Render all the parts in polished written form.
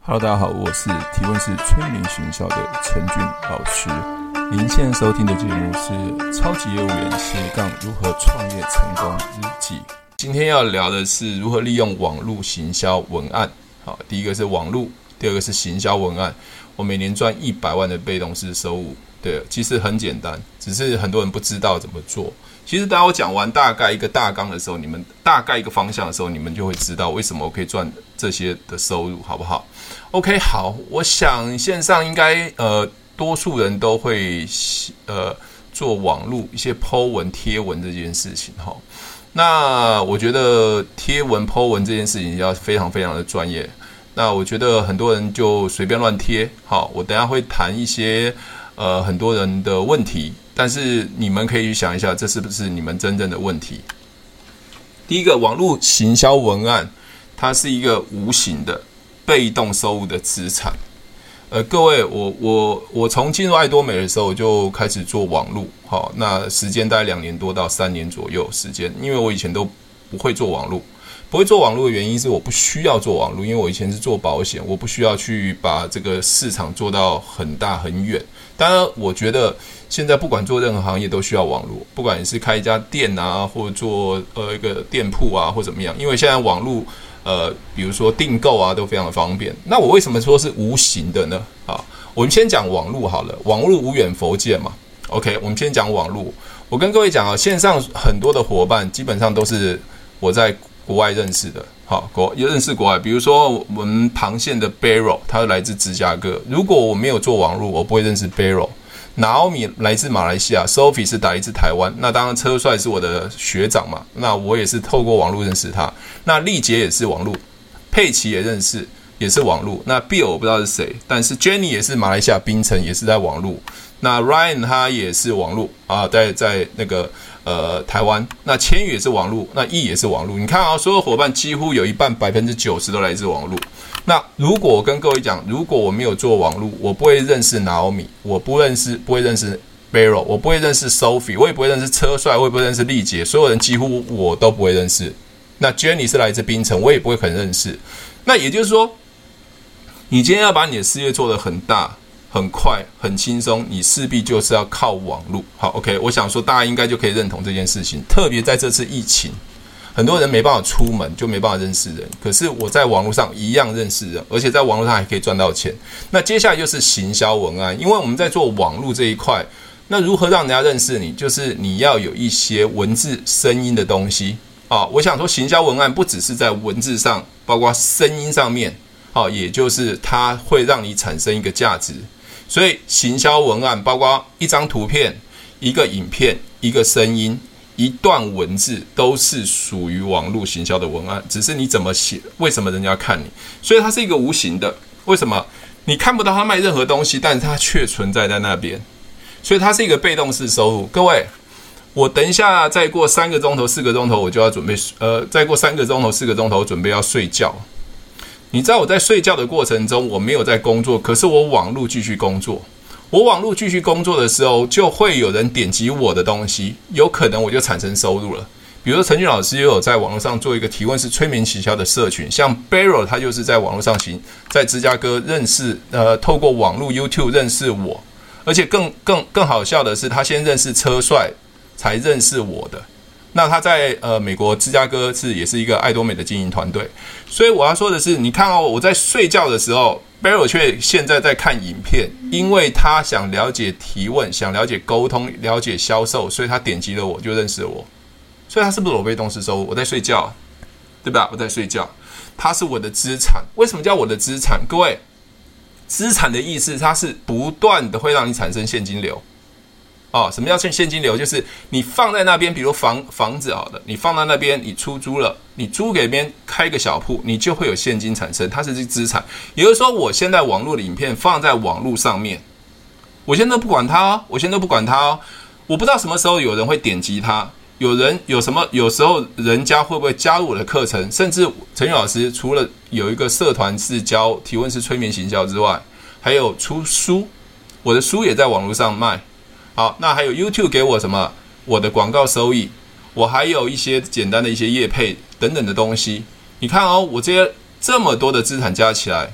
Hello， 大家好，我是提问式催眠学校的陈俊老师。您现在收听的节目是超级业务员斜杠如何创业成功日记。今天要聊的是如何利用网络行销文案。好，第一个是网络，第二个是行销文案。我每年赚100万的被动式收入。对，其实很简单，只是很多人不知道怎么做。其实当我讲完大概一个大纲的时候，你们大概一个方向的时候，你们就会知道为什么我可以赚这些的收入，好不好 ？OK， 好，我想线上应该多数人都会做网络一些 po 文贴文这件事情哈。那我觉得贴文 po 文这件事情要非常非常的专业。那我觉得很多人就随便乱贴，好，我等一下会谈一些很多人的问题，但是你们可以去想一下，这是不是你们真正的问题？第一个，网络行销文案，它是一个无形的被动收入的资产。各位，我从进入爱多美的时候就开始做网络，好，那时间大概2年多到3年左右时间，因为我以前都不会做网络。不会做网络的原因是我不需要做网络，因为我以前是做保险，我不需要去把这个市场做到很大很远。当然，我觉得现在不管做任何行业都需要网络，不管你是开一家店啊，或者做一个店铺啊，或怎么样，因为现在网络比如说订购啊都非常的方便。那我为什么说是无形的呢？啊，我们先讲网络好了，网络无远弗届嘛。OK， 我们先讲网络。我跟各位讲啊，线上很多的伙伴基本上都是我在国外认识的，好，认识国外，比如说我们螃蟹的 Barrow， 他来自芝加哥。如果我没有做网络，我不会认识 Barrow。Naomi 来自马来西亚 ，Sophie 是来自台湾。那当然，车帅是我的学长嘛，那我也是透过网络认识他。那丽杰也是网络，佩奇也认识，也是网络。那 Bill 我不知道是谁，但是 Jenny 也是马来西亚槟城，也是在网络。那 Ryan 他也是网络啊，在那个台湾。那千羽也是网络，那 E 也是网络。你看啊，所有伙伴几乎有一半90%都来自网络。那如果我跟各位讲，如果我没有做网络，我不会认识 Naomi， 我不会认识 Barrow， 我不会认识 Sophie， 我也不会认识车帅，我也不会认识丽姐，所有人几乎我都不会认识。那 Jenny 是来自槟城，我也不会很认识。那也就是说，你今天要把你的事业做得很大、很快、很轻松，你势必就是要靠网络。好 ，OK， 我想说大家应该就可以认同这件事情。特别在这次疫情，很多人没办法出门，就没办法认识人。可是我在网络上一样认识人，而且在网络上还可以赚到钱。那接下来就是行销文案，因为我们在做网络这一块，那如何让人家认识你，就是你要有一些文字、声音的东西啊。我想说，行销文案不只是在文字上，包括声音上面，也就是它会让你产生一个价值。所以行销文案包括一张图片、一个影片、一个声音、一段文字，都是属于网络行销的文案，只是你怎么写，为什么人家看你？所以它是一个无形的。为什么？你看不到他卖任何东西，但是它却存在在那边，所以它是一个被动式收入。各位，我等一下再过3个钟头、4个钟头，我就要准备再过3个钟头、4个钟头，准备要睡觉。你知道我在睡觉的过程中，我没有在工作，可是我网络继续工作。我网络继续工作的时候，就会有人点击我的东西，有可能我就产生收入了。比如说陈俊老师也有在网络上做一个提问式催眠行销的社群，像 Barrow 他就是在网络上在芝加哥认识，透过网络 YouTube 认识我，而且更好笑的是，他先认识车帅，才认识我的。那他在美国芝加哥也是一个爱多美的经营团队，所以我要说的是，你看哦，我在睡觉的时候 ，Barrow 却现在在看影片，因为他想了解提问，想了解沟通，了解销售，所以他点击了我就认识了我，所以他是不是我被动式收入？我在睡觉，对吧？我在睡觉，他是我的资产。为什么叫我的资产？各位，资产的意思，它是不断的会让你产生现金流。什么叫现金流？就是你放在那边，比如房子好了，你放在那边，你出租了，你租给别人开个小铺，你就会有现金产生，它是资产。也就是说，我现在网络的影片放在网络上面，我现在都不管它哦，我不知道什么时候有人会点击它，有时候人家会不会加入我的课程，甚至陈宇老师除了有一个社团是教提问式催眠行销之外，还有出书，我的书也在网络上卖。好，那还有 YouTube 给我什么？我的广告收益，我还有一些简单的一些业配等等的东西。你看哦，我这么多的资产加起来，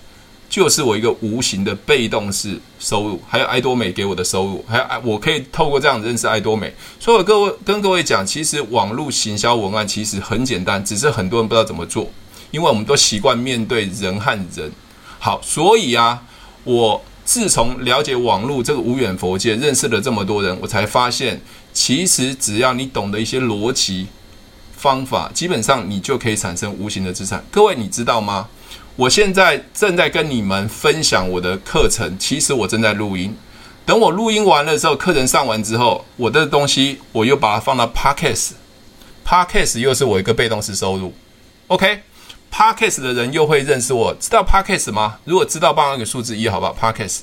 就是我一个无形的被动式收入，还有爱多美给我的收入，还有我可以透过这样认识爱多美。所以我跟各位讲，其实网络行销文案其实很简单，只是很多人不知道怎么做，因为我们都习惯面对人和人。好，所以我自从了解网络这个无远弗届，认识了这么多人，我才发现，其实只要你懂得一些逻辑方法，基本上你就可以产生无形的资产。各位，你知道吗？我现在正在跟你们分享我的课程，其实我正在录音。等我录音完了之后，课程上完之后，我的东西我又把它放到 Podcast 又是我一个被动式收入。OK，Podcast 的人又会认识我，知道 Podcast 吗？如果知道，帮我一个数字1，好不好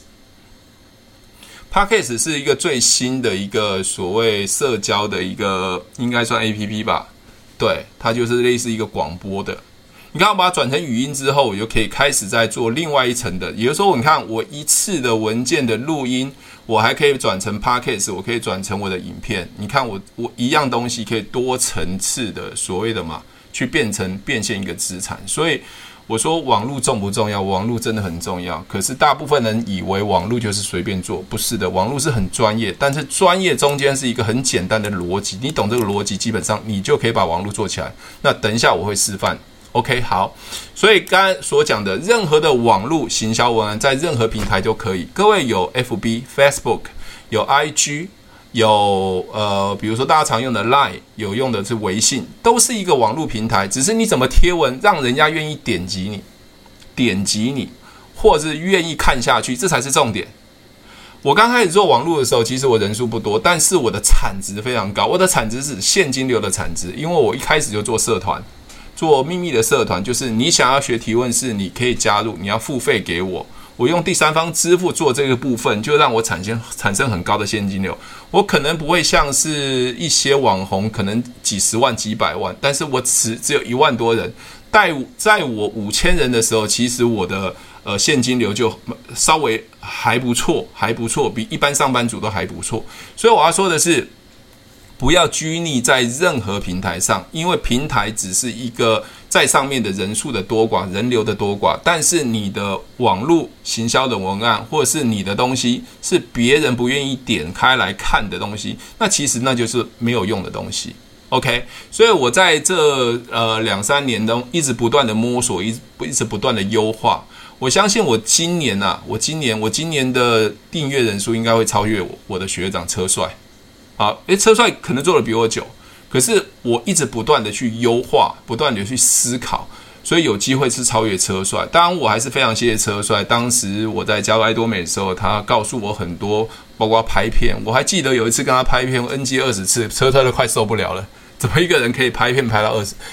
？Podcast 是一个最新的一个所谓社交的一个，应该算 APP 吧？对，它就是类似一个广播的。你看，我把它转成语音之后，我就可以开始在做另外一层的。也就是说，你看我一次的文件的录音，我还可以转成 Podcast， 我可以转成我的影片。你看我一样东西可以多层次的所谓的嘛，去变现一个资产。所以我说网络重不重要？网络真的很重要。可是大部分人以为网络就是随便做，不是的，网络是很专业，但是专业中间是一个很简单的逻辑。你懂这个逻辑，基本上你就可以把网络做起来。那等一下我会示范。OK， 好，所以刚才所讲的任何的网络行销文案，在任何平台都可以。各位有 FB、Facebook， 有 IG， 有比如说大家常用的 Line， 有用的是微信，都是一个网络平台。只是你怎么贴文，让人家愿意点击你，或者是愿意看下去，这才是重点。我刚开始做网络的时候，其实我人数不多，但是我的产值非常高。我的产值是现金流的产值，因为我一开始就做社团。做秘密的社团，就是你想要学提问式，你可以加入，你要付费给我，我用第三方支付做这个部分，就让我产生很高的现金流。我可能不会像是一些网红，可能几十万、几百万，但是我只有1万多人。在我5000人的时候，其实我的现金流就稍微还不错，比一般上班族都还不错。所以我要说的是，不要拘泥在任何平台上，因为平台只是一个在上面的人数的多寡、人流的多寡，但是你的网络行销的文案，或者是你的东西是别人不愿意点开来看的东西，那其实那就是没有用的东西。OK， 所以我在这2-3年中一直不断的摸索，一直不断的优化。我相信我今年的订阅人数应该会超越我的学长车帅。好，车帅可能做的比我久，可是我一直不断的去优化，不断的去思考，所以有机会是超越车帅。当然，我还是非常谢谢车帅。当时我在加入爱多美的时候，他告诉我很多，包括拍片。我还记得有一次跟他拍片 NG 20次，车帅都快受不了了。怎么一个人可以拍片拍到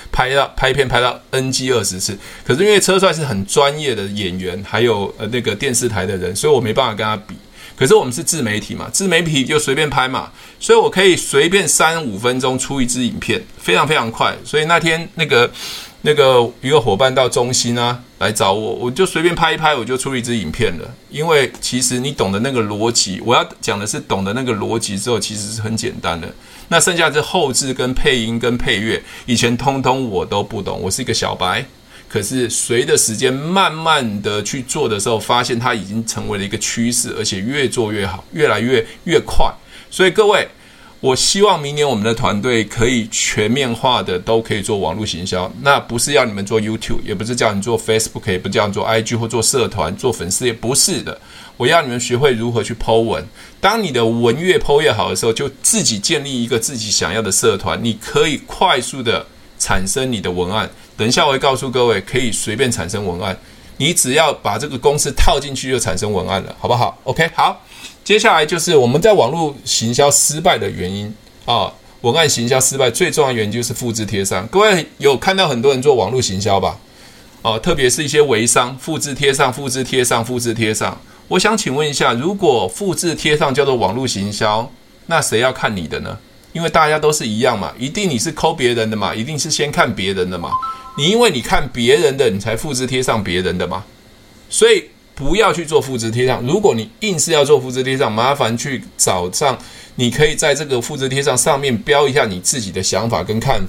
NG 20次？可是因为车帅是很专业的演员，还有那个电视台的人，所以我没办法跟他比。可是我们是自媒体嘛，自媒体就随便拍嘛，所以我可以随便3-5分钟出一支影片，非常非常快。所以那天那个一个伙伴到中心来找我，我就随便拍一拍，我就出一支影片了。因为其实你懂得那个逻辑，我要讲的是懂得那个逻辑之后，其实是很简单的。那剩下是后制跟配音跟配乐，以前通通我都不懂，我是一个小白。可是随着时间慢慢的去做的时候，发现它已经成为了一个趋势，而且越做越好，越来越快。所以各位，我希望明年我们的团队可以全面化的都可以做网络行销。那不是要你们做 YouTube， 也不是叫你做 Facebook， 也不是叫你做 IG 或做社团、做粉丝，也不是的。我要你们学会如何去 po 文。当你的文越 po 越好的时候，就自己建立一个自己想要的社团，你可以快速的产生你的文案。等一下我会告诉各位，可以随便产生文案，你只要把这个公式套进去就产生文案了，好不好 ？OK， 好，接下来就是我们在网络行销失败的原因文案行销失败最重要的原因就是复制贴上。各位有看到很多人做网络行销吧？特别是一些微商，复制贴上。我想请问一下，如果复制贴上叫做网络行销，那谁要看你的呢？因为大家都是一样嘛，一定你是抠别人的嘛，一定是先看别人的嘛。你因为你看别人的，你才复制贴上别人的嘛。所以不要去做复制贴上。如果你硬是要做复制贴上，麻烦去找上，你可以在这个复制贴上面标一下你自己的想法跟看法。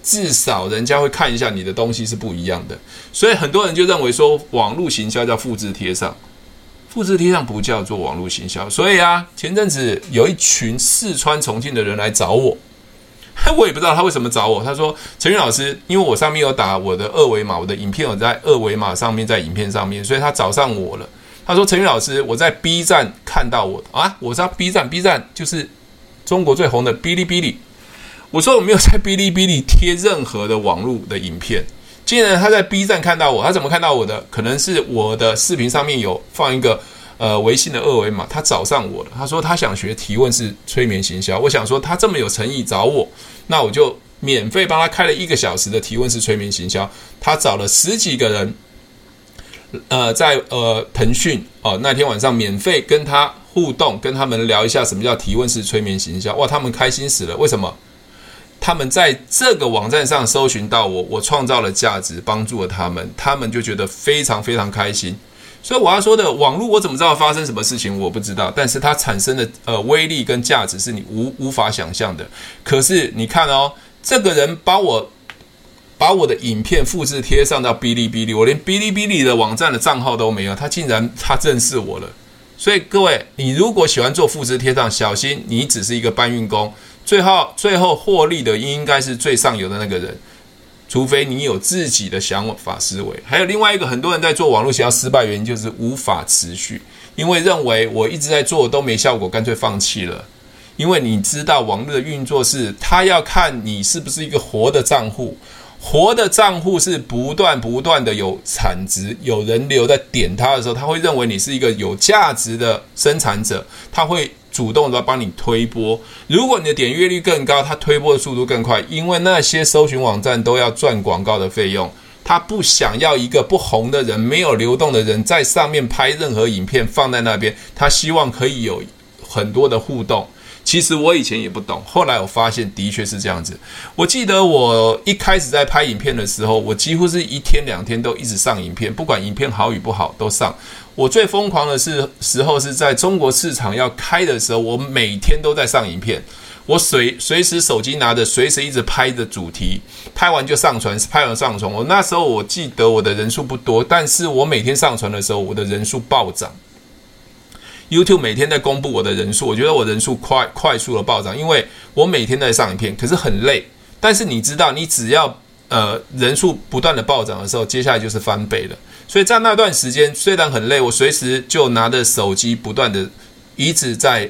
至少人家会看一下你的东西是不一样的。所以很多人就认为说网络行销叫复制贴上，复制贴上不叫做网络行销。所以啊，前阵子有一群四川重庆的人来找我，我也不知道他为什么找我。他说：“陈鈺老师，因为我上面有打我的二维码，我的影片有在二维码上面，在影片上面，所以他找上我了。他说：‘陈鈺老师，我在 B 站看到我的啊，我知道 B 站就是中国最红的哔哩哔哩。’我说我没有在哔哩哔哩贴任何的网络的影片。既然他在 B 站看到我，他怎么看到我的？可能是我的视频上面有放一个微信的二维码，他找上我了。他说他想学提问式催眠行销。我想说他这么有诚意找我，那我就免费帮他开了1个小时的提问式催眠行销。他找了10几个人，在腾讯那天晚上免费跟他互动，跟他们聊一下什么叫提问式催眠行销。哇，他们开心死了！为什么？他们在这个网站上搜寻到我，我创造了价值，帮助了他们，他们就觉得非常非常开心。所以我要说的，网络我怎么知道发生什么事情？我不知道，但是它产生的威力跟价值是你无法想象的。可是你看哦，这个人把我的影片复制贴上到哔哩哔哩，我连哔哩哔哩的网站的账号都没有，他认识我了。所以各位，你如果喜欢做复制贴上，小心你只是一个搬运工。最后获利的应该是最上游的那个人，除非你有自己的想法思维。还有另外一个，很多人在做网络行销失败原因就是无法持续，因为认为我一直在做都没效果，干脆放弃了。因为你知道网络的运作是，他要看你是不是一个活的账户，活的账户是不断的有产值，有人流在点它的时候，他会认为你是一个有价值的生产者，他会主动的帮你推播。如果你的点阅率更高，他推播的速度更快，因为那些搜寻网站都要赚广告的费用，他不想要一个不红的人，没有流动的人在上面拍任何影片放在那边，他希望可以有很多的互动。其实我以前也不懂，后来我发现的确是这样子。我记得我一开始在拍影片的时候，我几乎是1天2天都一直上影片，不管影片好与不好都上。我最疯狂的时候是在中国市场要开的时候，我每天都在上影片。我随时手机拿着，随时一直拍的主题，拍完就上传，拍完上传。我那时候我记得我的人数不多，但是我每天上传的时候，我的人数暴涨。YouTube 每天在公布我的人数，我觉得我人数快速的暴涨，因为我每天在上影片，可是很累。但是你知道，你只要人数不断的暴涨的时候，接下来就是翻倍了。所以在那段时间虽然很累，我随时就拿着手机不断的一直在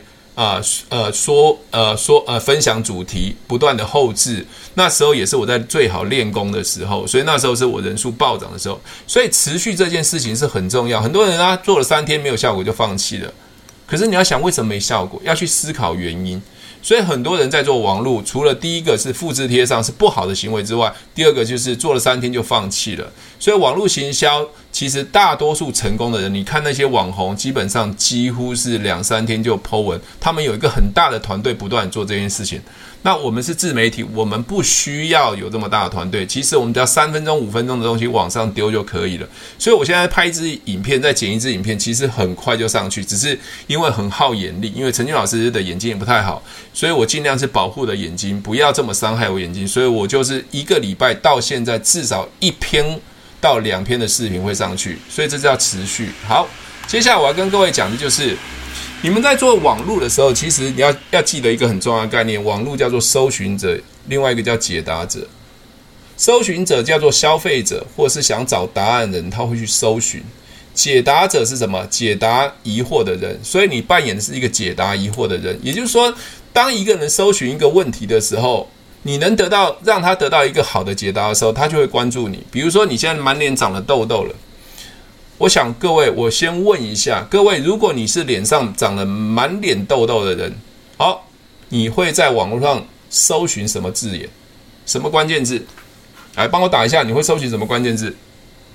分享主题，不断的后置。那时候也是我在最好练功的时候，所以那时候是我人数暴涨的时候。所以持续这件事情是很重要。很多人做了3天没有效果就放弃了，可是你要想为什么没效果，要去思考原因。所以很多人在做网络，除了第一个是复制贴上是不好的行为之外，第二个就是做了3天就放弃了。所以网络行销其实大多数成功的人，你看那些网红，基本上几乎是2-3天就 po 文，他们有一个很大的团队不断做这件事情。那我们是自媒体，我们不需要有这么大的团队，其实我们只要3分钟5分钟的东西往上丢就可以了。所以我现在拍一支影片，再剪一支影片，其实很快就上去，只是因为很耗眼力，因为陈俊老师的眼睛也不太好，所以我尽量是保护的眼睛，不要这么伤害我眼睛。所以我就是1个礼拜到现在至少1篇到2篇的视频会上去，所以这叫持续。好，接下来我要跟各位讲的就是，你们在做网络的时候，其实你要记得一个很重要的概念，网络叫做搜寻者，另外一个叫解答者。搜寻者叫做消费者，或是想找答案的人，他会去搜寻。解答者是什么？解答疑惑的人。所以你扮演的是一个解答疑惑的人，也就是说，当一个人搜寻一个问题的时候，你能让他得到一个好的解答的时候，他就会关注你。比如说你现在满脸长了痘痘了，我想各位，我先问一下各位，如果你是脸上长了满脸痘痘的人，好，你会在网络上搜寻什么字眼？什么关键字？来帮我打一下，你会搜寻什么关键字？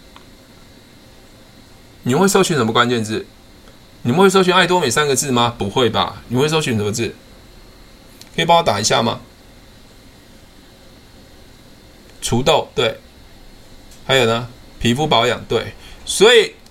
你会搜寻什么关键字？你们会搜寻爱多美3个字吗？不会吧？你会搜寻什么字？可以帮我打一下吗？除痘，对。还有呢，皮肤保养，对。所以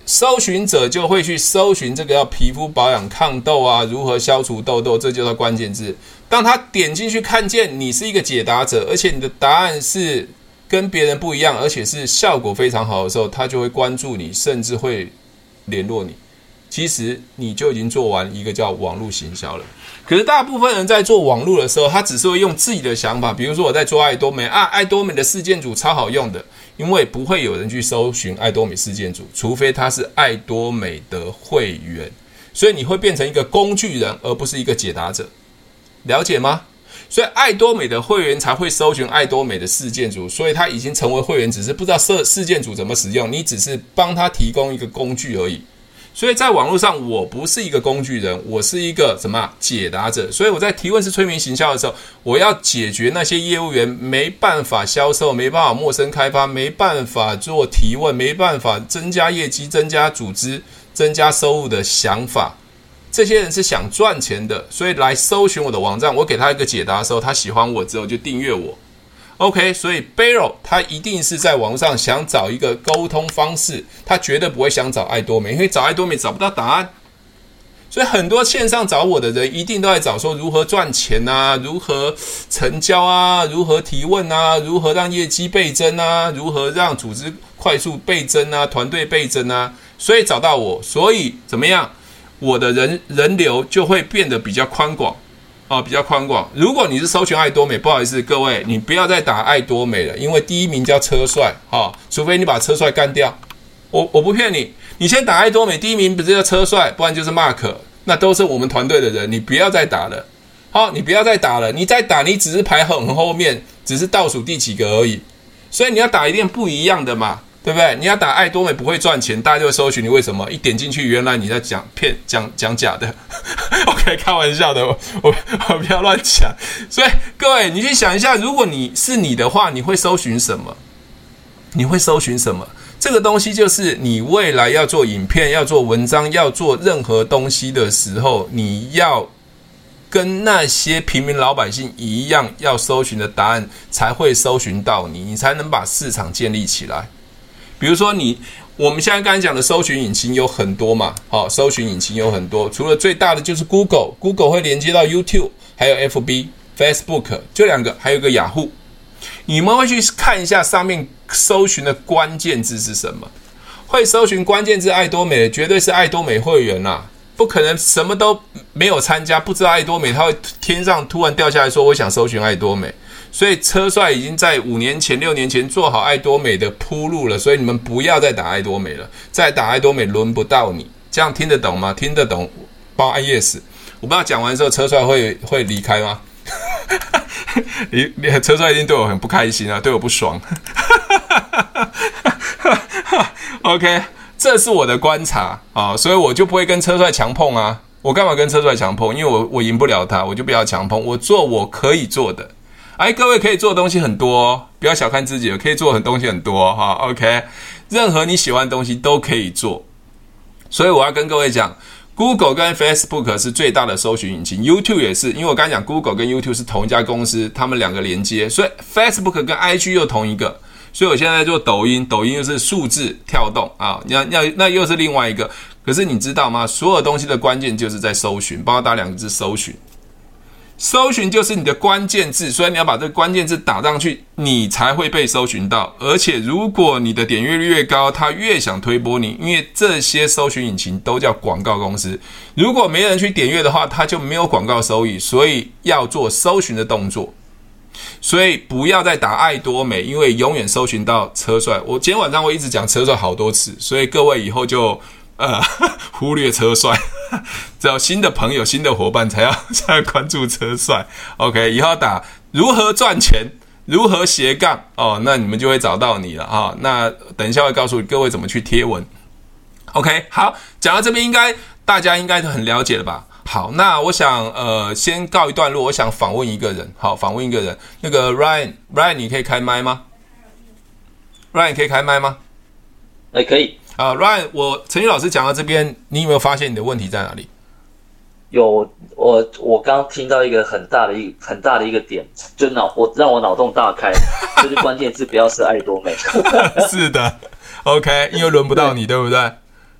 搜寻者就会去搜寻这个要皮肤保养抗痘啊，如何消除痘痘，这就是关键字。当他点进去看见你是一个解答者，而且你的答案是跟别人不一样，而且是效果非常好的时候，他就会关注你，甚至会联络你。其实你就已经做完一个叫网络行销了。可是大部分人在做网络的时候，他只是会用自己的想法，比如说我在做爱多美啊，爱多美的事件组超好用的，因为不会有人去搜寻爱多美事件组，除非他是爱多美的会员，所以你会变成一个工具人，而不是一个解答者，了解吗？所以爱多美的会员才会搜寻爱多美的事件组，所以他已经成为会员，只是不知道事件组怎么使用，你只是帮他提供一个工具而已。所以在网络上，我不是一个工具人，我是一个什么解答者。所以我在提问式催眠行销的时候，我要解决那些业务员没办法销售、没办法陌生开发、没办法做提问、没办法增加业绩、增加组织、增加收入的想法。这些人是想赚钱的，所以来搜寻我的网站，我给他一个解答的时候，他喜欢我之后就订阅我。OK， 所以 Beryl 他一定是在网上想找一个沟通方式，他绝对不会想找爱多美，因为找爱多美找不到答案。所以很多线上找我的人一定都在找说如何赚钱啊，如何成交啊，如何提问啊，如何让业绩倍增啊，如何让组织快速倍增啊，团队倍增啊，所以找到我，所以怎么样，我的人流就会变得比较宽广。比较宽广。如果你是搜寻爱多美，不好意思各位，你不要再打爱多美了，因为第一名叫车帅，除非你把车帅干掉。我不骗你，你先打爱多美，第一名不是叫车帅，不然就是 Mark， 那都是我们团队的人，你不要再打了。你不要再打了，你再打你只是排很后面，只是倒数第几个而已。所以你要打一定不一样的嘛，对不对？你要打爱多美不会赚钱，大家就会搜寻你，为什么？一点进去，原来你在讲假的。OK， 开玩笑的，我不要乱讲。所以各位，你去想一下，如果你是你的话，你会搜寻什么？你会搜寻什么？这个东西就是你未来要做影片、要做文章、要做任何东西的时候，你要跟那些平民老百姓一样，要搜寻的答案才会搜寻到你，你才能把市场建立起来。比如说我们现在刚才讲的搜寻引擎有很多嘛，搜寻引擎有很多，除了最大的就是 Google 会连接到 YouTube， 还有 FB、Facebook， 就两个，还有一个雅虎。你们会去看一下上面搜寻的关键字是什么？会搜寻关键字爱多美的绝对是爱多美会员啦，不可能什么都没有参加，不知道爱多美，他会天上突然掉下来说我想搜寻爱多美。所以车帅已经在5年前、6年前做好爱多美的铺路了，所以你们不要再打爱多美了，再打爱多美轮不到你。这样听得懂吗？听得懂帮我按 yes。我不知道讲完之后车帅会离开吗？车帅一定对我很不开心啊，对我不爽。OK， 这是我的观察啊，所以我就不会跟车帅强碰啊。我干嘛跟车帅强碰？因为我赢不了他，我就不要强碰。我做我可以做的。各位可以做的东西很多不要小看自己，可以做的东西很多OK， 任何你喜欢的东西都可以做。所以我要跟各位讲 ，Google 跟 Facebook 是最大的搜寻引擎 ，YouTube 也是，因为我刚才讲 Google 跟 YouTube 是同一家公司，他们两个连接，所以 Facebook 跟 IG 又同一个。所以我现在在做抖音又是数字跳动啊，那又是另外一个。可是你知道吗？所有东西的关键就是在搜寻，帮我打2个字搜寻。搜寻就是你的关键字，所以你要把这个关键字打上去，你才会被搜寻到。而且如果你的点阅率越高，他越想推播你，因为这些搜寻引擎都叫广告公司。如果没人去点阅的话，他就没有广告收益，所以要做搜寻的动作。所以不要再打爱多美，因为永远搜寻到车帅。我今天晚上会一直讲车帅好多次，所以各位以后就忽略车帅，只有新的朋友、新的伙伴才要关注车帅。OK， 以后打如何赚钱、如何斜杠那你们就会找到你了那等一下会告诉各位怎么去贴文。OK， 好，讲到这边大家应该很了解了吧？好，那我想先告一段落，我想访问一个人。好，访问一个人，那个 Ryan 你可以开麦吗？ Ryan 可以开麦吗？ 可以。 Ryan， 我陈宇老师讲到这边，你有没有发现你的问题在哪里？ 有，我刚听到一个很大的一个点，就让我脑洞大开，就是关键字不要是爱多美。 是的 ，OK， 因为轮不到你，对不对？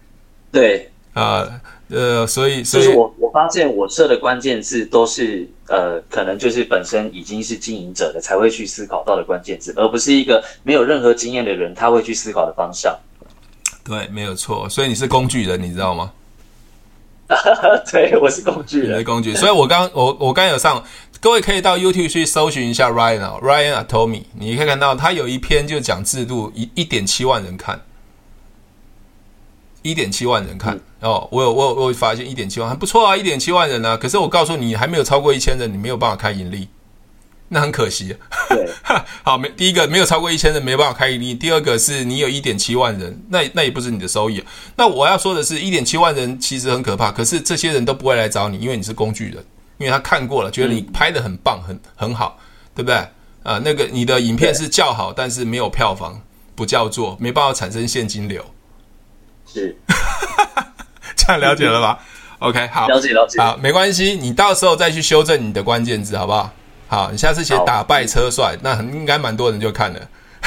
对， 所以就是我发现我设的关键字都是可能就是本身已经是经营者的才会去思考到的关键字，而不是一个没有任何经验的人他会去思考的方向。 对，没有错。所以你是工具人，你知道吗？ 对，我是工具人， 你是工具。所以我刚有上，各位可以到 YouTube 去搜寻一下 Ryan Atomy， 你可以看到他有一篇就讲制度，1.7万人看。1.7万人看我有发现1.7万很不错啊，1.7万人啊。可是我告诉你，还没有超过1000人，你没有办法开盈利，那很可惜。 对， 好，第一个没有超过1000人没有办法开盈利，第二个是你有1.7万人，那也不是你的收益。那我要说的是1.7万人其实很可怕，可是这些人都不会来找你，因为你是工具人，因为他看过了，觉得你拍得很棒，很好，对不对？那个你的影片是叫好，但是没有票房，不叫做没办法产生现金流。 是， 这样了解了吧？OK， 好， 了解， 好，没关系，你到时候再去修正你的关键字，好不好？好，你下次写打败车帅，那应该蛮多人就看了。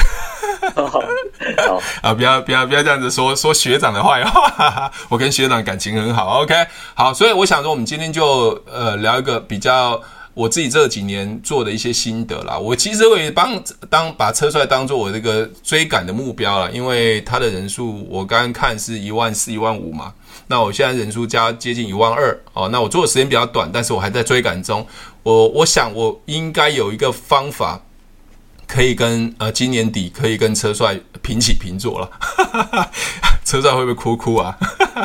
好，不要这样子说学长的坏话，我跟学长感情很好。OK， 好，所以我想说，我们今天就聊一个比较我自己这几年做的一些心得啦。我其实会把车帅当做我这个追赶的目标啦，因为他的人数我刚刚看是14000、15000嘛，那我现在人数加接近12000哦。那我做的时间比较短，但是我还在追赶中。我想我应该有一个方法可以跟今年底可以跟车帅平起平坐了。车帅会不会哭啊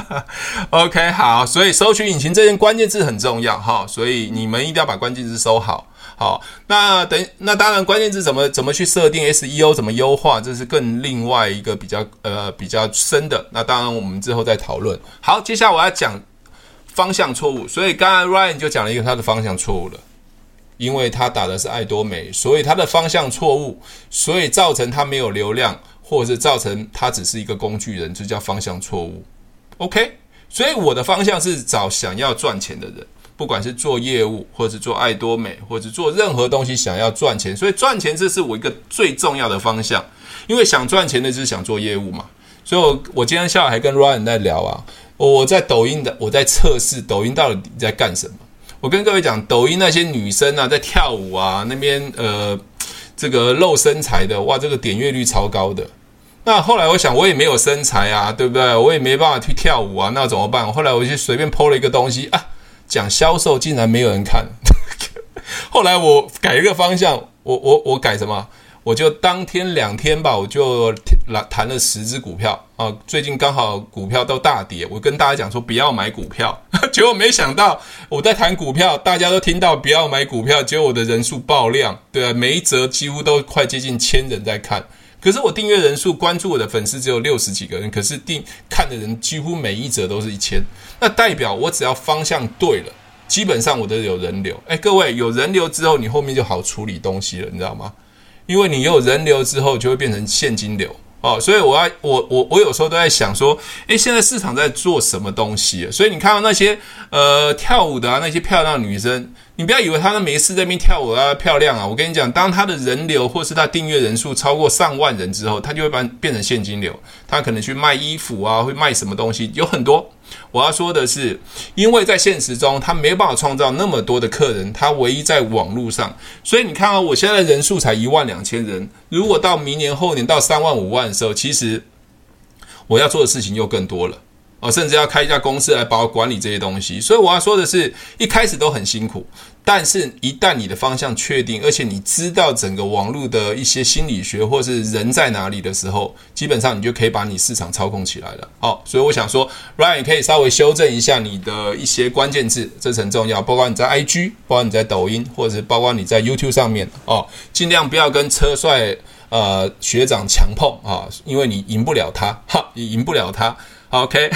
？OK， 好，所以搜寻引擎这件关键字很重要哈，所以你们一定要把关键字搜好。好，那当然关键字怎么去设定 SEO 怎么优化，这是更另外一个比较深的。那当然我们之后再讨论。好，接下来我要讲方向错误，所以刚才 Ryan 就讲了一个他的方向错误了。因为他打的是爱多美，所以他的方向错误，所以造成他没有流量，或者是造成他只是一个工具人，就叫方向错误。OK， 所以我的方向是找想要赚钱的人，不管是做业务，或者是做爱多美，或者是做任何东西想要赚钱，所以赚钱这是我一个最重要的方向。因为想赚钱的就是想做业务嘛，所以我今天下午还跟 Ryan 在聊啊，我在抖音我在测试抖音到底在干什么。我跟各位讲，抖音那些女生啊，在跳舞啊，那边这个露身材的，哇，这个点阅率超高的。那后来我想，我也没有身材啊，对不对？我也没办法去跳舞啊，那怎么办？后来我就随便 po 了一个东西啊，讲销售，竟然没有人看。后来我改一个方向，我改什么？我就当天2天吧，我就谈了10只股票啊。最近刚好股票都大跌，我跟大家讲说不要买股票，结果没想到我在谈股票，大家都听到不要买股票，结果我的人数爆量，对啊，每一则几乎都快接近1000人在看。可是我订阅人数、关注我的粉丝只有60几个人，可是看的人几乎每一则都是1000，那代表我只要方向对了，基本上我都有人流。各位有人流之后，你后面就好处理东西了，你知道吗？因为你有人流之后，就会变成现金流哦。所以我有时候都在想说，现在市场在做什么东西？所以你看到那些跳舞的啊，那些漂亮的女生，你不要以为她没事在那边跳舞啊漂亮啊。我跟你讲，当她的人流或是她订阅人数超过上万人之后，她就会变成现金流。她可能去卖衣服啊，会卖什么东西，有很多。我要说的是，因为在现实中他没办法创造那么多的客人，他唯一在网络上，所以你看我现在的人数才12000人，如果到明年后年到3万5万的时候，其实我要做的事情又更多了甚至要开一家公司来帮我管理这些东西。所以我要说的是，一开始都很辛苦，但是一旦你的方向确定，而且你知道整个网络的一些心理学或是人在哪里的时候，基本上你就可以把你市场操控起来了。所以我想说 Ryan 可以稍微修正一下你的一些关键字，这是很重要，包括你在 IG， 包括你在抖音，或者是包括你在 YouTube 上面尽量不要跟车帅学长强碰因为你赢不了他你赢不了他。OK，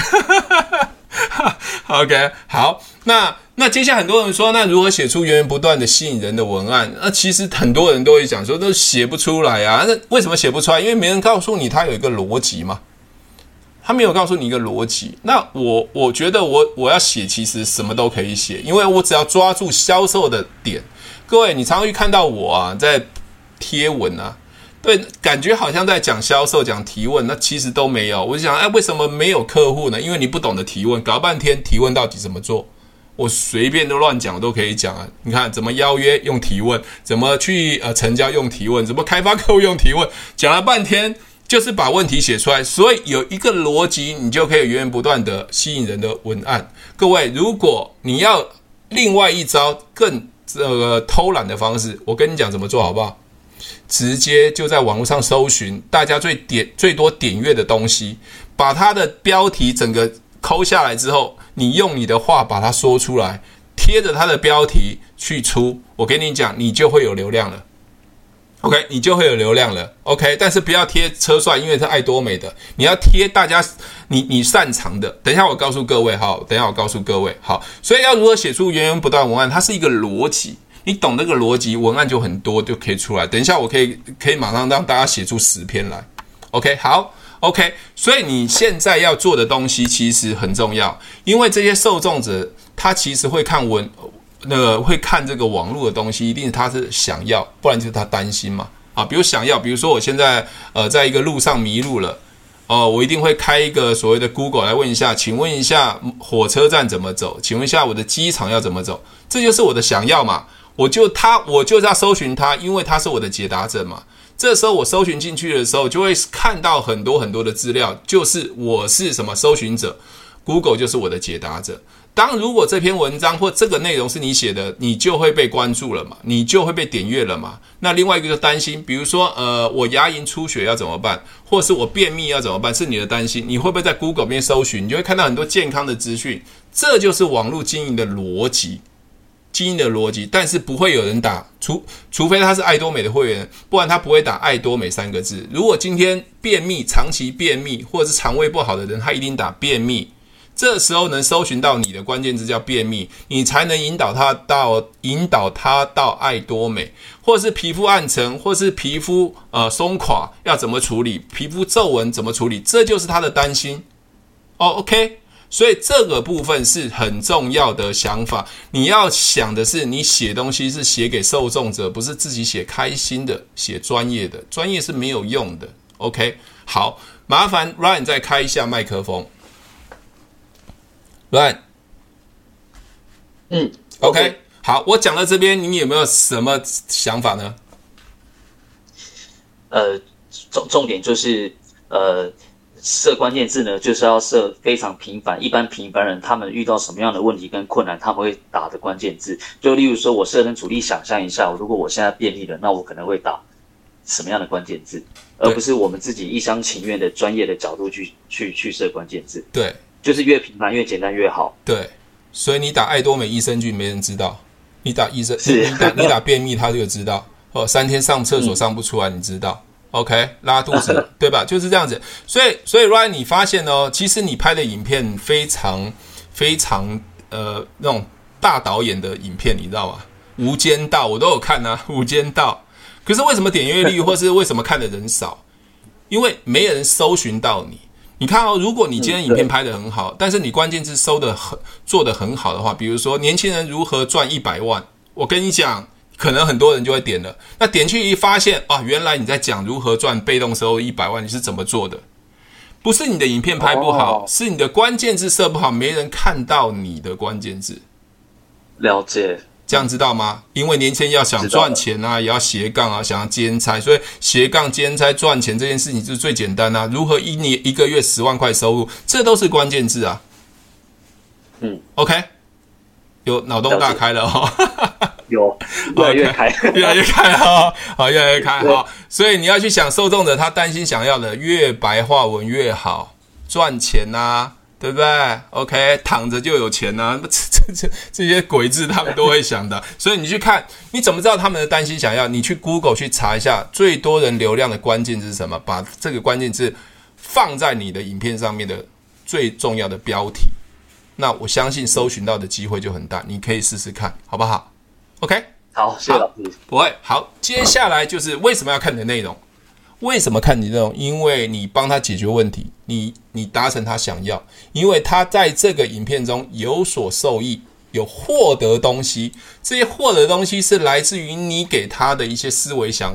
OK， 好，那接下来很多人说，那如何写出源源不断的吸引人的文案？那其实很多人都会讲说，都写不出来啊。那为什么写不出来？因为没人告诉你他有一个逻辑嘛，他没有告诉你一个逻辑。那我觉得我要写，其实什么都可以写，因为我只要抓住销售的点。各位，你常常会看到我在贴文啊。 对，感觉好像在讲销售、讲提问，那其实都没有。我就想，为什么没有客户呢？因为你不懂得提问，搞半天提问到底怎么做？我随便都乱讲，我都可以讲啊。你看怎么邀约用提问，怎么去成交用提问，怎么开发客户用提问，讲了半天就是把问题写出来。所以有一个逻辑，你就可以源源不断的吸引人的文案。各位，如果你要另外一招更偷懒的方式，我跟你讲怎么做好不好？直接就在网络上搜寻大家最多点阅的东西，把它的标题整个抠下来之后，你用你的话把它说出来，贴着它的标题去出，我跟你讲，你就会有流量了。OK， 你就会有流量了。OK， 但是不要贴车帅，因为是爱多美的，你要贴大家你擅长的。等一下我告诉各位，好，好，所以要如何写出源源不断文案，它是一个逻辑。你懂那个逻辑，文案就很多就可以出来。等一下我可以马上让大家写出10篇来。OK， 好 ，OK， 所以你现在要做的东西其实很重要，因为这些受众者他其实会看会看这个网络的东西，一定他是想要，不然就是他担心嘛。啊，比如想要，比如说我现在在一个路上迷路了。我一定会开一个所谓的 Google 来问一下，请问一下火车站怎么走？请问一下我的机场要怎么走？这就是我的想要嘛。我就是要搜寻它，因为它是我的解答者嘛。这时候我搜寻进去的时候，就会看到很多很多的资料，就是我是什么搜寻者 ，Google 就是我的解答者。如果这篇文章或这个内容是你写的，你就会被关注了嘛，你就会被点阅了嘛。那另外一个就担心，比如说我牙龈出血要怎么办，或是我便秘要怎么办，是你的担心，你会不会在 Google 边搜寻，你就会看到很多健康的资讯。这就是网络经营的逻辑。但是不会有人打，除非他是爱多美的会员，不然他不会打爱多美3个字。如果今天便秘、长期便秘或者是肠胃不好的人，他一定打便秘。这时候能搜寻到你的关键字叫便秘，你才能引导他到爱多美，或是皮肤暗沉，或是皮肤松垮要怎么处理，皮肤皱纹怎么处理，这就是他的担心。OK。所以这个部分是很重要的想法，你要想的是你写东西是写给受众者，不是自己写开心的，写专业的，专业是没有用的。OK， 好，麻烦 Ryan 再开一下麦克风。Ryan， OK， 好，我讲到这边，你有没有什么想法呢？ 重点就是设关键字呢，就是要设非常平凡，一般平凡人他们遇到什么样的问题跟困难，他们会打的关键字。就例如说，我设身处地想象一下，如果我现在便秘了，那我可能会打什么样的关键字，而不是我们自己一厢情愿的专业的角度去设关键字。 对， 就是越平凡越简单越好。 对，所以你打爱多美益生菌没人知道，你打便秘他就知道。3天上厕所上不出来，你知道。OK， 拉肚子，对吧？就是这样子。所以 Ryan， 你发现其实你拍的影片非常那种大导演的影片，你知道吗？无间道我都有看啊，无间道。可是为什么点阅率或是为什么看的人少？因为没人搜寻到你。你看如果你今天影片拍得很好，但是你关键字做得很好的话，比如说年轻人如何赚100万，我跟你讲。可能很多人就会点了，那点去一发现原来你在讲如何赚被动收入100万，你是怎么做的？不是你的影片拍不好，是你的关键字设不好，没人看到你的关键字。 了解， 这样知道吗？因为年轻人要想赚钱啊，也要斜杠啊，想要兼差，所以斜杠兼差赚钱这件事情是最简单啊。如何一个月10万块收入，这都是关键字啊。OK， 有脑洞大开了有，越来越开， 越来越开好，越来越开好。所以你要去想受众者他担心想要的，越白话文越好，赚钱啊，对不对 ？OK， 躺着就有钱啊，这些鬼字他们都会想的。所以你去看，你怎么知道他们的担心想要？你去 Google 去查一下最多人流量的关键字是什么，把这个关键字放在你的影片上面的最重要的标题，那我相信搜寻到的机会就很大。你可以试试看，好不好？OK， 好，谢谢老师。 不会，好，接下来就是为什么要看你的内容？为什么看你的内容？因为你帮他解决问题，你达成他想要，因为他在这个影片中有所受益，有获得东西，这些获得东西是来自于你给他的一些思维想法。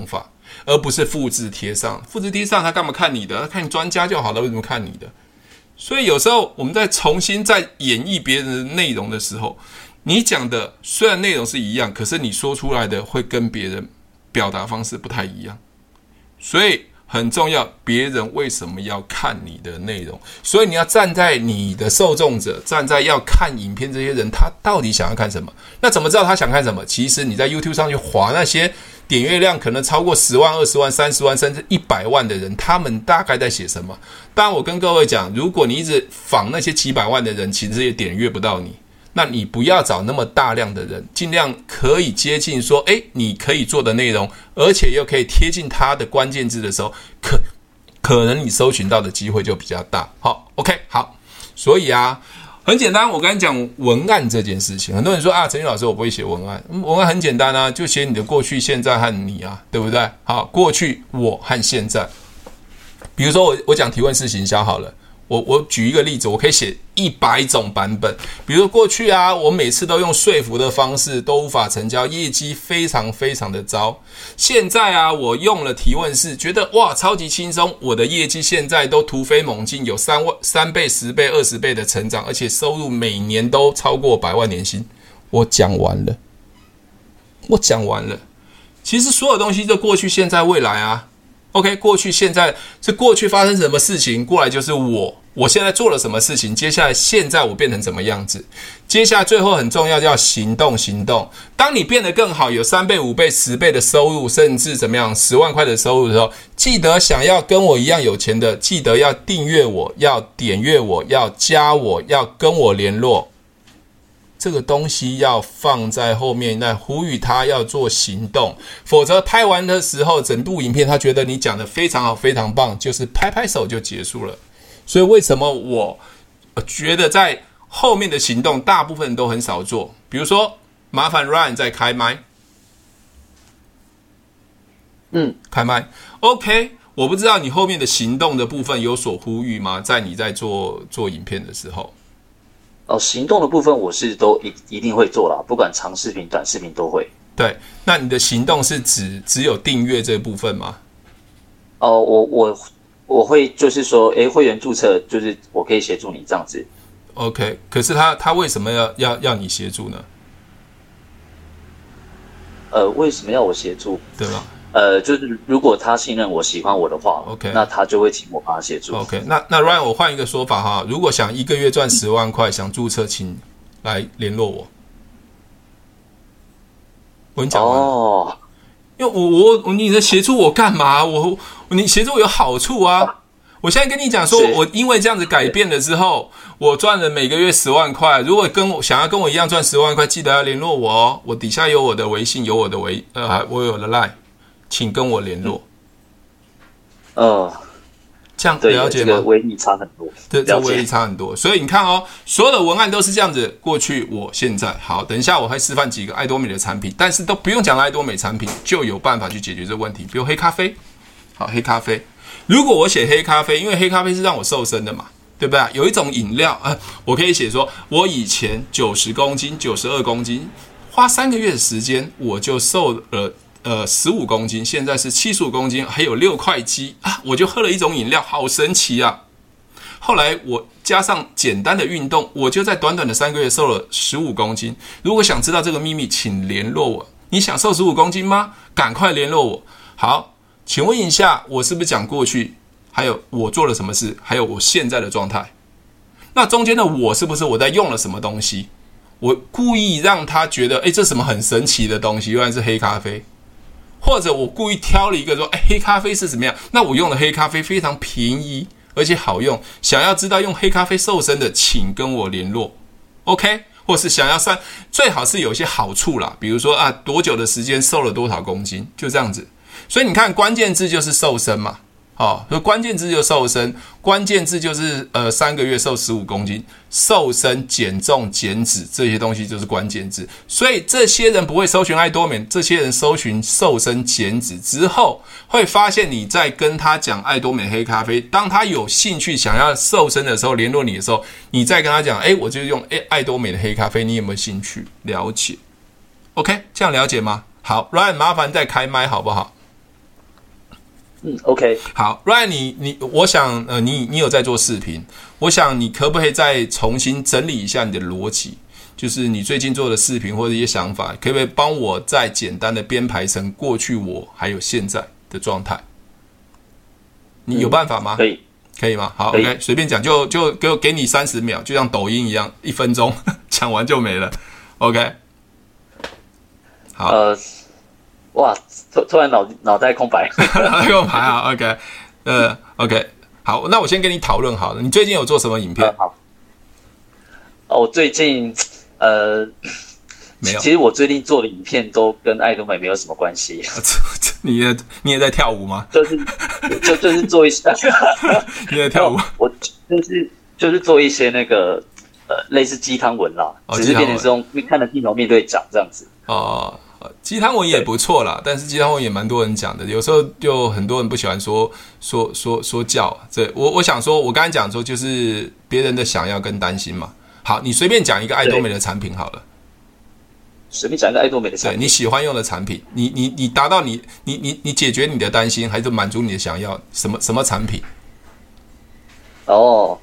而不是复制贴上。复制贴上他干嘛看你的？他看你专家就好了，为什么看你的？所以有时候我们在重新在演绎别人的内容的时候，你讲的虽然内容是一样，可是你说出来的会跟别人表达方式不太一样。所以很重要，别人为什么要看你的内容？所以你要站在你的受众者，站在要看影片这些人，他到底想要看什么？那怎么知道他想看什么？其实你在 YouTube 上去滑那些点阅量可能超过10万、20万、30万甚至100万的人，他们大概在写什么？当然我跟各位讲，如果你一直仿那些几百万的人，其实也点阅不到你。那你不要找那么大量的人，尽量可以接近说你可以做的内容，而且又可以贴近他的关键字的时候，可能你搜寻到的机会就比较大。好 OK 好，所以很简单，我跟你讲文案这件事情，很多人说陈宇老师我不会写文案，文案很简单就写你的过去、现在和你对不对？好，过去、我和现在。比如说我讲提问式行销好了，我举一个例子，我可以写100种版本。比如说过去我每次都用说服的方式都无法成交，业绩非常非常的糟。现在我用了提问式，觉得哇超级轻松，我的业绩现在都突飞猛进，有3倍、10倍、20倍的成长，而且收入每年都超过100万年薪。我讲完了。其实所有东西就过去、现在、未来OK， 过去现在是过去发生什么事情，过来就是我现在做了什么事情，接下来现在我变成什么样子，接下来最后很重要叫行动。当你变得更好，有3倍、5倍、10倍的收入，甚至怎么样10万块的收入的时候，记得想要跟我一样有钱的，记得要订阅我，要点阅我，要加我，要跟我联络。这个东西要放在后面，那呼吁他要做行动，否则拍完的时候整部影片他觉得你讲的非常好非常棒，就是拍拍手就结束了。所以为什么我觉得在后面的行动大部分都很少做？比如说麻烦 Ryan 再开麦。开麦 OK， 我不知道你后面的行动的部分有所呼吁吗？在你在做影片的时候。 行动的部分我是都一定会做啦，不管长视频、短视频都会。 对，那你的行动是只有订阅这部分吗？ 我会就是说，会员注册就是我可以协助你这样子。 OK， 可是他为什么要你协助呢？ 为什么要我协助？ 对吧？ 就是如果他信任我、喜欢我的话 ，OK， 那他就会请我帮他协助。 OK， 那 Ryan， 我换一个说法如果想1个月赚10万块，想注册，请来联络我。我跟你讲完了。因为你的协助我干嘛？你协助我有好处我现在跟你讲说，我因为这样子改变了之后，我赚了每个月10万块。如果想要跟我一样赚10万块，记得要联络我我底下有我的微信，有我的我有的 LINE。请跟我联络。这样了解吗？ 这个威力差很多。 对，这威力差很多。所以你看所有的文案都是这样子，过去、我、现在。好，等一下我会示范几个爱多美的产品，但是都不用讲爱多美产品，就有办法去解决这个问题。比如黑咖啡，好，黑咖啡。如果我写黑咖啡，因为黑咖啡是让我瘦身的嘛，对不对？有一种饮料我可以写说，我以前90公斤、92公斤，花3个月的时间，我就瘦了。15公斤，现在是75公斤，还有6块肌我就喝了一种饮料，好神奇后来我加上简单的运动，我就在短短的3个月瘦了15公斤。如果想知道这个秘密，请联络我。你想瘦15公斤吗？赶快联络我。好，请问一下，我是不是讲过去，还有我做了什么事，还有我现在的状态？那中间的我是不是我在用了什么东西？我故意让他觉得，这什么很神奇的东西，原来是黑咖啡。或者我故意挑了一个说，黑咖啡是怎么样？那我用的黑咖啡非常便宜，而且好用。想要知道用黑咖啡瘦身的，请跟我联络 ，OK？ 或是想要最好是有一些好处啦，比如说多久的时间瘦了多少公斤，就这样子。所以你看，关键字就是瘦身嘛。所以关键字就瘦身，关键字就是3个月瘦15公斤，瘦身、减重、减脂这些东西就是关键字。所以这些人不会搜寻爱多美，这些人搜寻瘦身、减脂之后，会发现你在跟他讲爱多美黑咖啡。当他有兴趣想要瘦身的时候，联络你的时候，你再跟他讲，我就用爱多美的黑咖啡，你有没有兴趣了解 ？OK， 这样了解吗？好 ，Ryan， 麻烦再开麦好不好？ OK。 好 ，Ryan， 我想你有在做视频，我想你可不可以再重新整理一下你的逻辑？就是你最近做的视频或者一些想法，可不可以帮我再简单的编排成过去我还有现在的状态？你有办法吗？可以吗？好 ，OK， 随便讲，就给你30秒，就像抖音一样，1分钟讲完就没了。OK， 好。 哇，突然脑袋空白。 脑袋空白啊 ，OK，OK， 好，那我先跟你讨论好了。你最近有做什么影片？ 好。我最近没有。 其实我最近做的影片都跟爱多美没有什么关系。 你也在跳舞吗？ 就是做一些。 你在跳舞？ 我就是做一些那个类似鸡汤文啦，只是变成是用看着镜头面对讲这样子。 哦。鸡汤文也不错啦，但是鸡汤文也蛮多人讲的，有时候就很多人不喜欢说教。这我想说，我刚才讲说就是别人的想要跟担心嘛。好，你随便讲一个爱多美的产品好了。 随便讲一个爱多美的产品， 对你喜欢用的产品，你达到你解决你的担心，还是满足你的想要，什么产品？ 哦，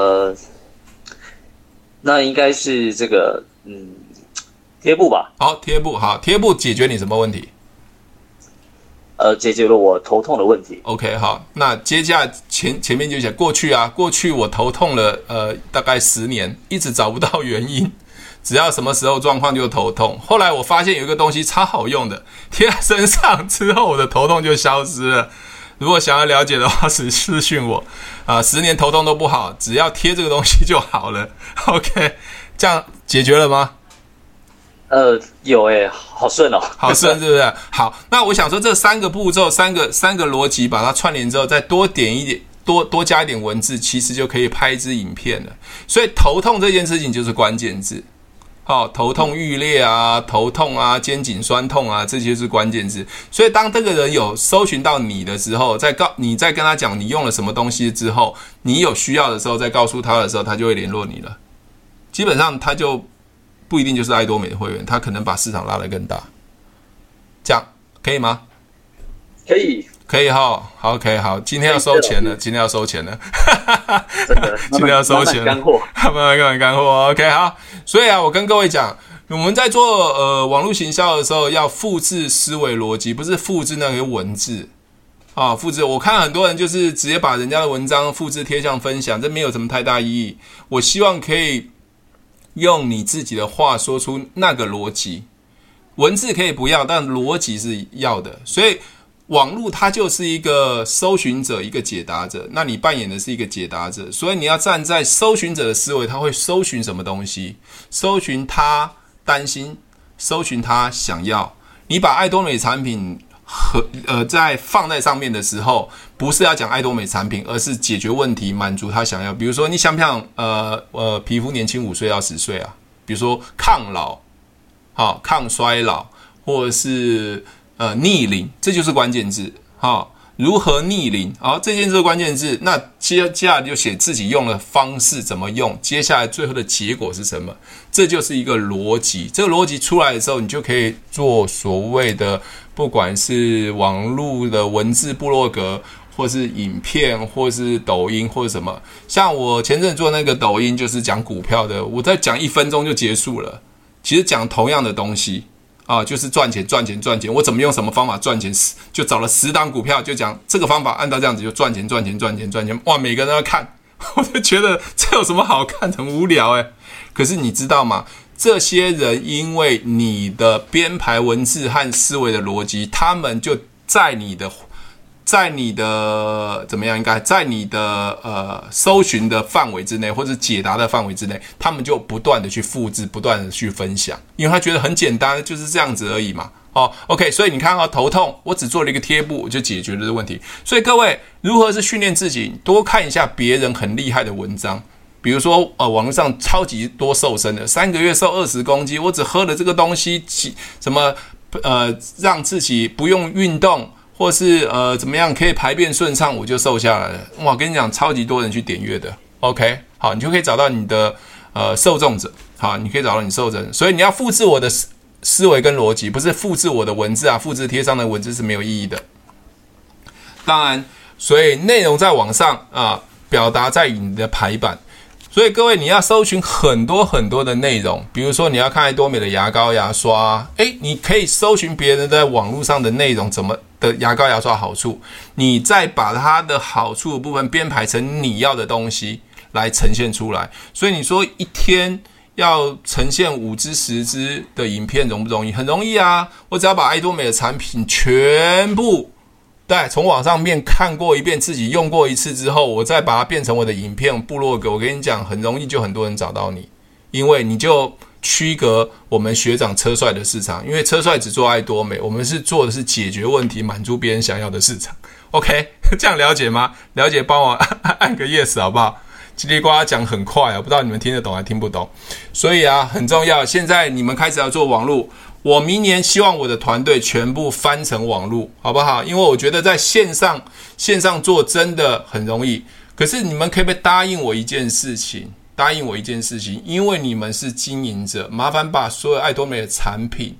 那应该是这个贴布吧。 好，贴布解决你什么问题？ 解决了我头痛的问题。 OK， 好，那接下来前面就讲过去我头痛了大概10年，一直找不到原因，只要什么时候状况就头痛。后来我发现有一个东西超好用的，贴在身上之后我的头痛就消失了。如果想要了解的话，私讯我10年头痛都不好，只要贴这个东西就好了。OK， 这样解决了吗？ 有好顺哦， 好顺是不是？好，那我想说这3个步骤，三个逻辑，把它串联之后，再多点一点，多加一点文字，其实就可以拍一支影片了。所以头痛这件事情就是关键字。好，头痛欲裂啊，头痛啊，肩颈酸痛啊，这就是关键字。所以当这个人有搜寻到你的时候，你再跟他讲你用了什么东西之后，你有需要的时候再告诉他的时候，他就会联络你了。基本上他就不一定就是爱多美的会员，他可能把市场拉得更大。这样可以吗？可以哈，好 ，OK， 好，今天要收钱了，真的，今天要收钱了，慢慢干货 ，OK， 好。所以我跟各位讲，我们在做网络行销的时候，要复制思维逻辑，不是复制那些文字啊，复制。我看很多人就是直接把人家的文章复制贴上分享，这没有什么太大意义。我希望可以用你自己的话说出那个逻辑，文字可以不要，但逻辑是要的。所以网络它就是一个搜寻者，一个解答者，那你扮演的是一个解答者，所以你要站在搜寻者的思维，他会搜寻什么东西？搜寻他担心，搜寻他想要。你把爱多美产品在放在上面的时候，不是要讲爱多美产品，而是解决问题，满足他想要。比如说，你想不想皮肤年轻5岁到10岁啊？比如说抗老，抗衰老，或者是逆龄，这就是关键字。如何逆龄？这件事的关键字。那接下来就写自己用的方式怎么用，接下来最后的结果是什么？这就是一个逻辑。这个逻辑出来的时候，你就可以做所谓的，不管是网络的文字部落格，或是影片，或是抖音，或者什么。像我前阵做那个抖音，就是讲股票的，我在讲1分钟就结束了。其实讲同样的东西。就是赚钱，我怎么用什么方法赚钱？就找了10档股票，就讲这个方法，按照这样子就赚钱。哇，每个人都要看，我就觉得这有什么好看？很无聊可是你知道吗？这些人因为你的编排文字和思维的逻辑，他们就在你的怎么样？应该在你的搜寻的范围之内，或者解答的范围之内，他们就不断的去复制，不断的去分享，因为他觉得很简单，就是这样子而已嘛。OK， 所以你看头痛，我只做了一个贴布，我就解决了这个问题。所以各位，如何是训练自己？多看一下别人很厉害的文章，比如说网络上超级多瘦身的，3个月瘦20公斤，我只喝了这个东西，什么让自己不用运动。或是怎么样可以排便顺畅，我就瘦下来了。哇，跟你讲，超级多人去点阅的。OK， 好，你就可以找到你的受众者。好，你可以找到你受众者。所以你要复制我的思维跟逻辑，不是复制我的文字啊，复制贴上的文字是没有意义的。 当然，所以内容在网上表达在你的排版。所以各位，你要搜寻很多很多的内容，比如说你要看爱多美的牙膏牙刷，你可以搜寻别人在网络上的内容，怎么的牙膏牙刷好处，你再把它的好处的部分编排成你要的东西来呈现出来。所以你说一天要呈现5支10支的影片容不容易？很容易啊！我只要把爱多美的产品全部从网上面看过一遍，自己用过一次之后，我再把它变成我的影片部落格，我跟你讲，很容易就很多人找到你，因为你就区隔我们学长车帅的市场，因为车帅只做爱多美，我们是做的是解决问题，满足别人想要的市场。OK， 这样了解吗？了解帮我按个 yes 好不好？叽里呱啦讲很快不知道你们听得懂还听不懂。所以很重要，现在你们开始要做网络，我明年希望我的团队全部翻成网络，好不好？因为我觉得在线上做真的很容易，可是你们可不可以答应我一件事情？因为你们是经营者，麻烦把所有爱多美的产品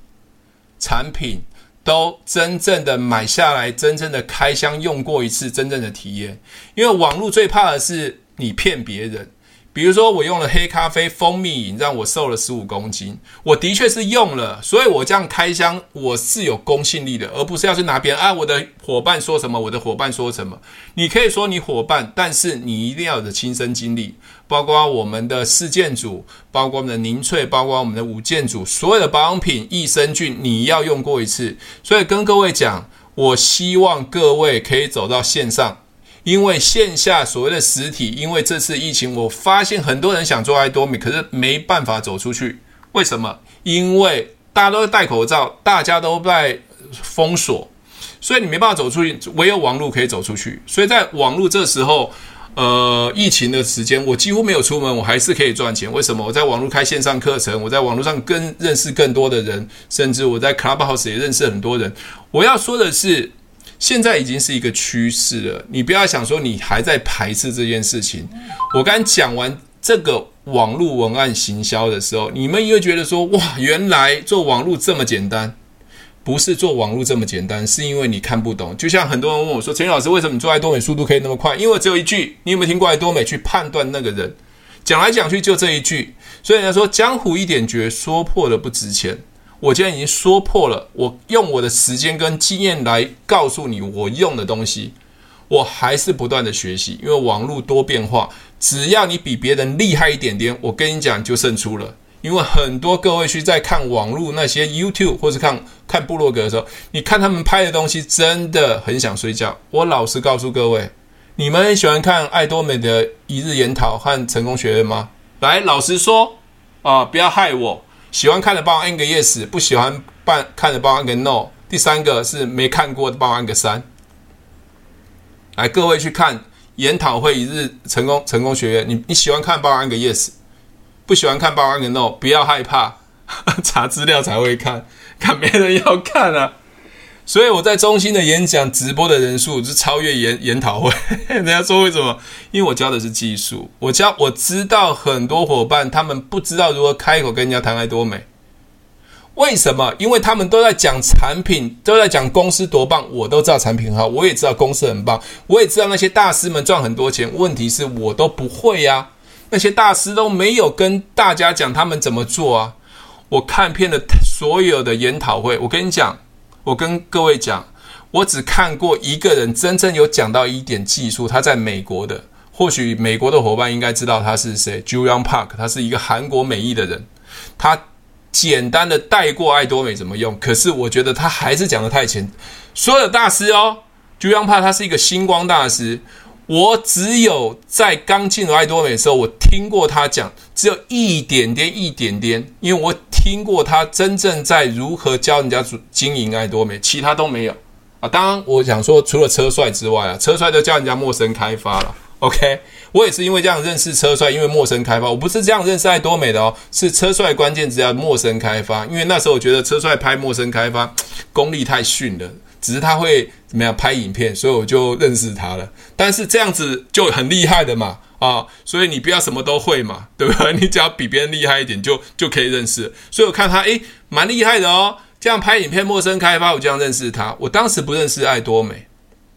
都真正的买下来，真正的开箱用过一次，真正的体验。因为网络最怕的是你骗别人。比如说我用了黑咖啡蜂蜜饮让我瘦了15公斤，我的确是用了，所以我这样开箱我是有公信力的，而不是要去拿别人我的伙伴说什么，我的伙伴说什么。你可以说你伙伴，但是你一定要有的亲身经历，包括我们的4件组，包括我们的凝萃，包括我们的5件组，所有的保养品益生菌你要用过一次。所以跟各位讲，我希望各位可以走到线上，因为线下所谓的实体，因为这次疫情，我发现很多人想做爱多美，可是没办法走出去。为什么？因为大家都在戴口罩，大家都在封锁，所以你没办法走出去，唯有网络可以走出去。所以在网络这时候，疫情的时间，我几乎没有出门，我还是可以赚钱。为什么？我在网络开线上课程，我在网络上认识更多的人，甚至我在 Clubhouse 也认识很多人。我要说的是，现在已经是一个趋势了，你不要想说你还在排斥这件事情。我刚讲完这个网络文案行销的时候，你们也会觉得说，哇，原来做网络这么简单。不是做网络这么简单，是因为你看不懂。就像很多人问我说，陈老师，为什么你做爱多美速度可以那么快？因为只有一句，你有没有听过爱多美去判断那个人？讲来讲去就这一句。所以人家说江湖一点诀，说破了不值钱。我今天已经说破了，我用我的时间跟经验来告诉你我用的东西，我还是不断的学习，因为网络多变化，只要你比别人厉害一点点，我跟你讲就胜出了。因为很多各位去在看网络那些 YouTube 或是看部落格的时候，你看他们拍的东西真的很想睡觉。我老实告诉各位，你们很喜欢看爱多美的一日研讨和成功学院吗？来，老实说不要害我。喜欢看的帮我按个 yes， 不喜欢看的帮我按个 no。第三个是没看过的帮我按个3。来，各位去看研讨会一日成功学院，你喜欢看帮我按个 yes。不喜欢看帮我按个 no， 不要害怕，查资料才会看没人要看啊。所以我在中心的演讲直播的人数是超越研讨会。人家说为什么？因为我教的是技术，我知道很多伙伴他们不知道如何开口跟人家谈爱多美。为什么？因为他们都在讲产品，都在讲公司多棒，我都知道产品好，我也知道公司很棒，我也知道那些大师们赚很多钱，问题是我都不会啊。那些大师都没有跟大家讲他们怎么做啊。我看遍了所有的研讨会，我跟各位讲，我只看过一个人真正有讲到一点技术，他在美国的，或许美国的伙伴应该知道他是谁， Julian Park， 他是一个韩国美裔的人，他简单的带过爱多美怎么用，可是我觉得他还是讲得太浅。所有的大师Julian Park 他是一个星光大师，我只有在刚进入爱多美的时候，我听过他讲，只有一点点，因为我听过他真正在如何教人家经营爱多美，其他都没有当然我想说除了车帅之外车帅都教人家陌生开发了。OK， 我也是因为这样认识车帅，因为陌生开发，我不是这样认识爱多美的是车帅关键字要陌生开发，因为那时候我觉得车帅拍陌生开发功力太逊了，只是他会怎么样拍影片，所以我就认识他了。但是这样子就很厉害的嘛所以你不要什么都会嘛，对不对？你只要比别人厉害一点就可以认识了。所以我看他蛮厉害的这样拍影片陌生开发，我这样认识他。我当时不认识爱多美，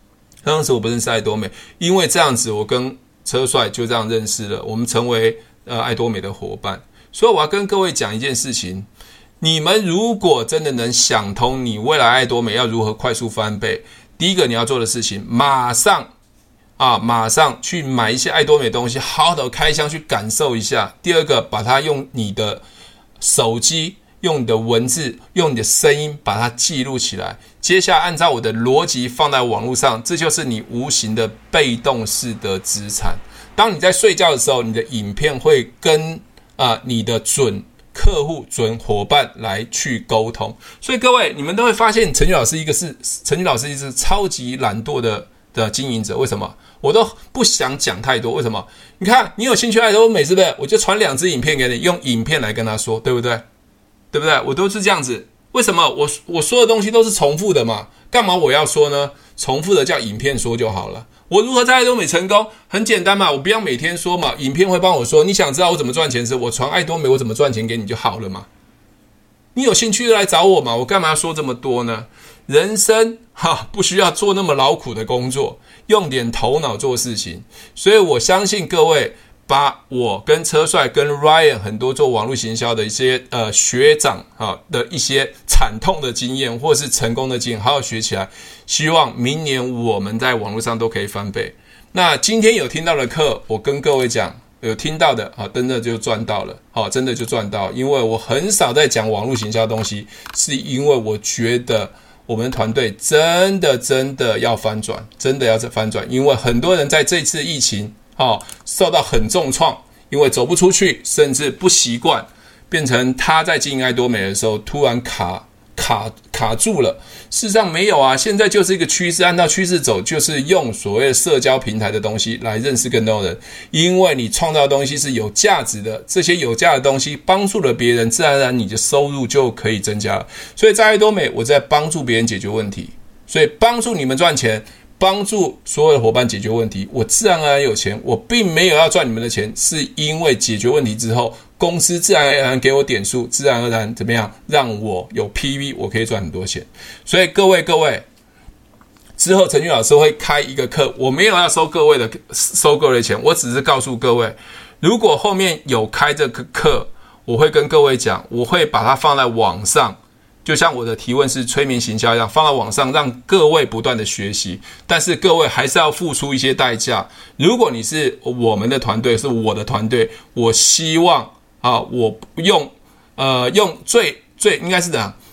当时我不认识爱多美，因为这样子我跟车帅就这样认识了，我们成为爱多美的伙伴。所以我要跟各位讲一件事情，你们如果真的能想通你未来爱多美要如何快速翻倍，第一个你要做的事情，马上去买一些爱多美的东西，好好的开箱去感受一下。第二个，把它用你的手机，用你的文字，用你的声音把它记录起来。接下来按照我的逻辑放在网络上，这就是你无形的被动式的资产。当你在睡觉的时候，你的影片会跟你的准客户、准伙伴来去沟通。所以各位，你们都会发现陈俊老师一直超级懒惰的经营者。为什么？我都不想讲太多。为什么？你看，你有兴趣爱多美，是不是？我就传2支影片给你，用影片来跟他说，对不对？对不对？我都是这样子。为什么？我说的东西都是重复的嘛，干嘛我要说呢？重复的叫影片说就好了。我如何在爱多美成功？很简单嘛，我不要每天说嘛，影片会帮我说。你想知道我怎么赚钱时，我传爱多美我怎么赚钱给你就好了嘛。你有兴趣就来找我嘛，我干嘛要说这么多呢？人生不需要做那么劳苦的工作，用点头脑做事情。所以我相信各位，把我跟车帅跟 Ryan 很多做网络行销的一些学长的一些惨痛的经验或是成功的经验好好学起来，希望明年我们在网络上都可以翻倍。那今天有听到的课，我跟各位讲，有听到的真的就赚到了，真的就赚到。因为我很少在讲网络行销的东西，是因为我觉得我们团队真的要翻转，真的要翻转。因为很多人在这次疫情受到很重创，因为走不出去，甚至不习惯，变成他在经营爱多美的时候突然卡住了。事实上没有啊，现在就是一个趋势，按照趋势走，就是用所谓的社交平台的东西来认识更多人。因为你创造的东西是有价值的，这些有价的东西帮助了别人，自然而然你的收入就可以增加了。所以在爱多美，我在帮助别人解决问题，所以帮助你们赚钱，帮助所有的伙伴解决问题，我自然而然有钱。我并没有要赚你们的钱，是因为解决问题之后，公司自然而然给我点数，自然而然怎么样，让我有 PV， 我可以赚很多钱。所以各位，之后陈俊老师会开一个课，我没有要收各位的钱，我只是告诉各位，如果后面有开这个课，我会跟各位讲，我会把它放在网上。就像我的提问是催眠行销一样，放到网上让各位不断的学习，但是各位还是要付出一些代价。如果你是我们的团队，是我的团队，我希望我用最应该是这样，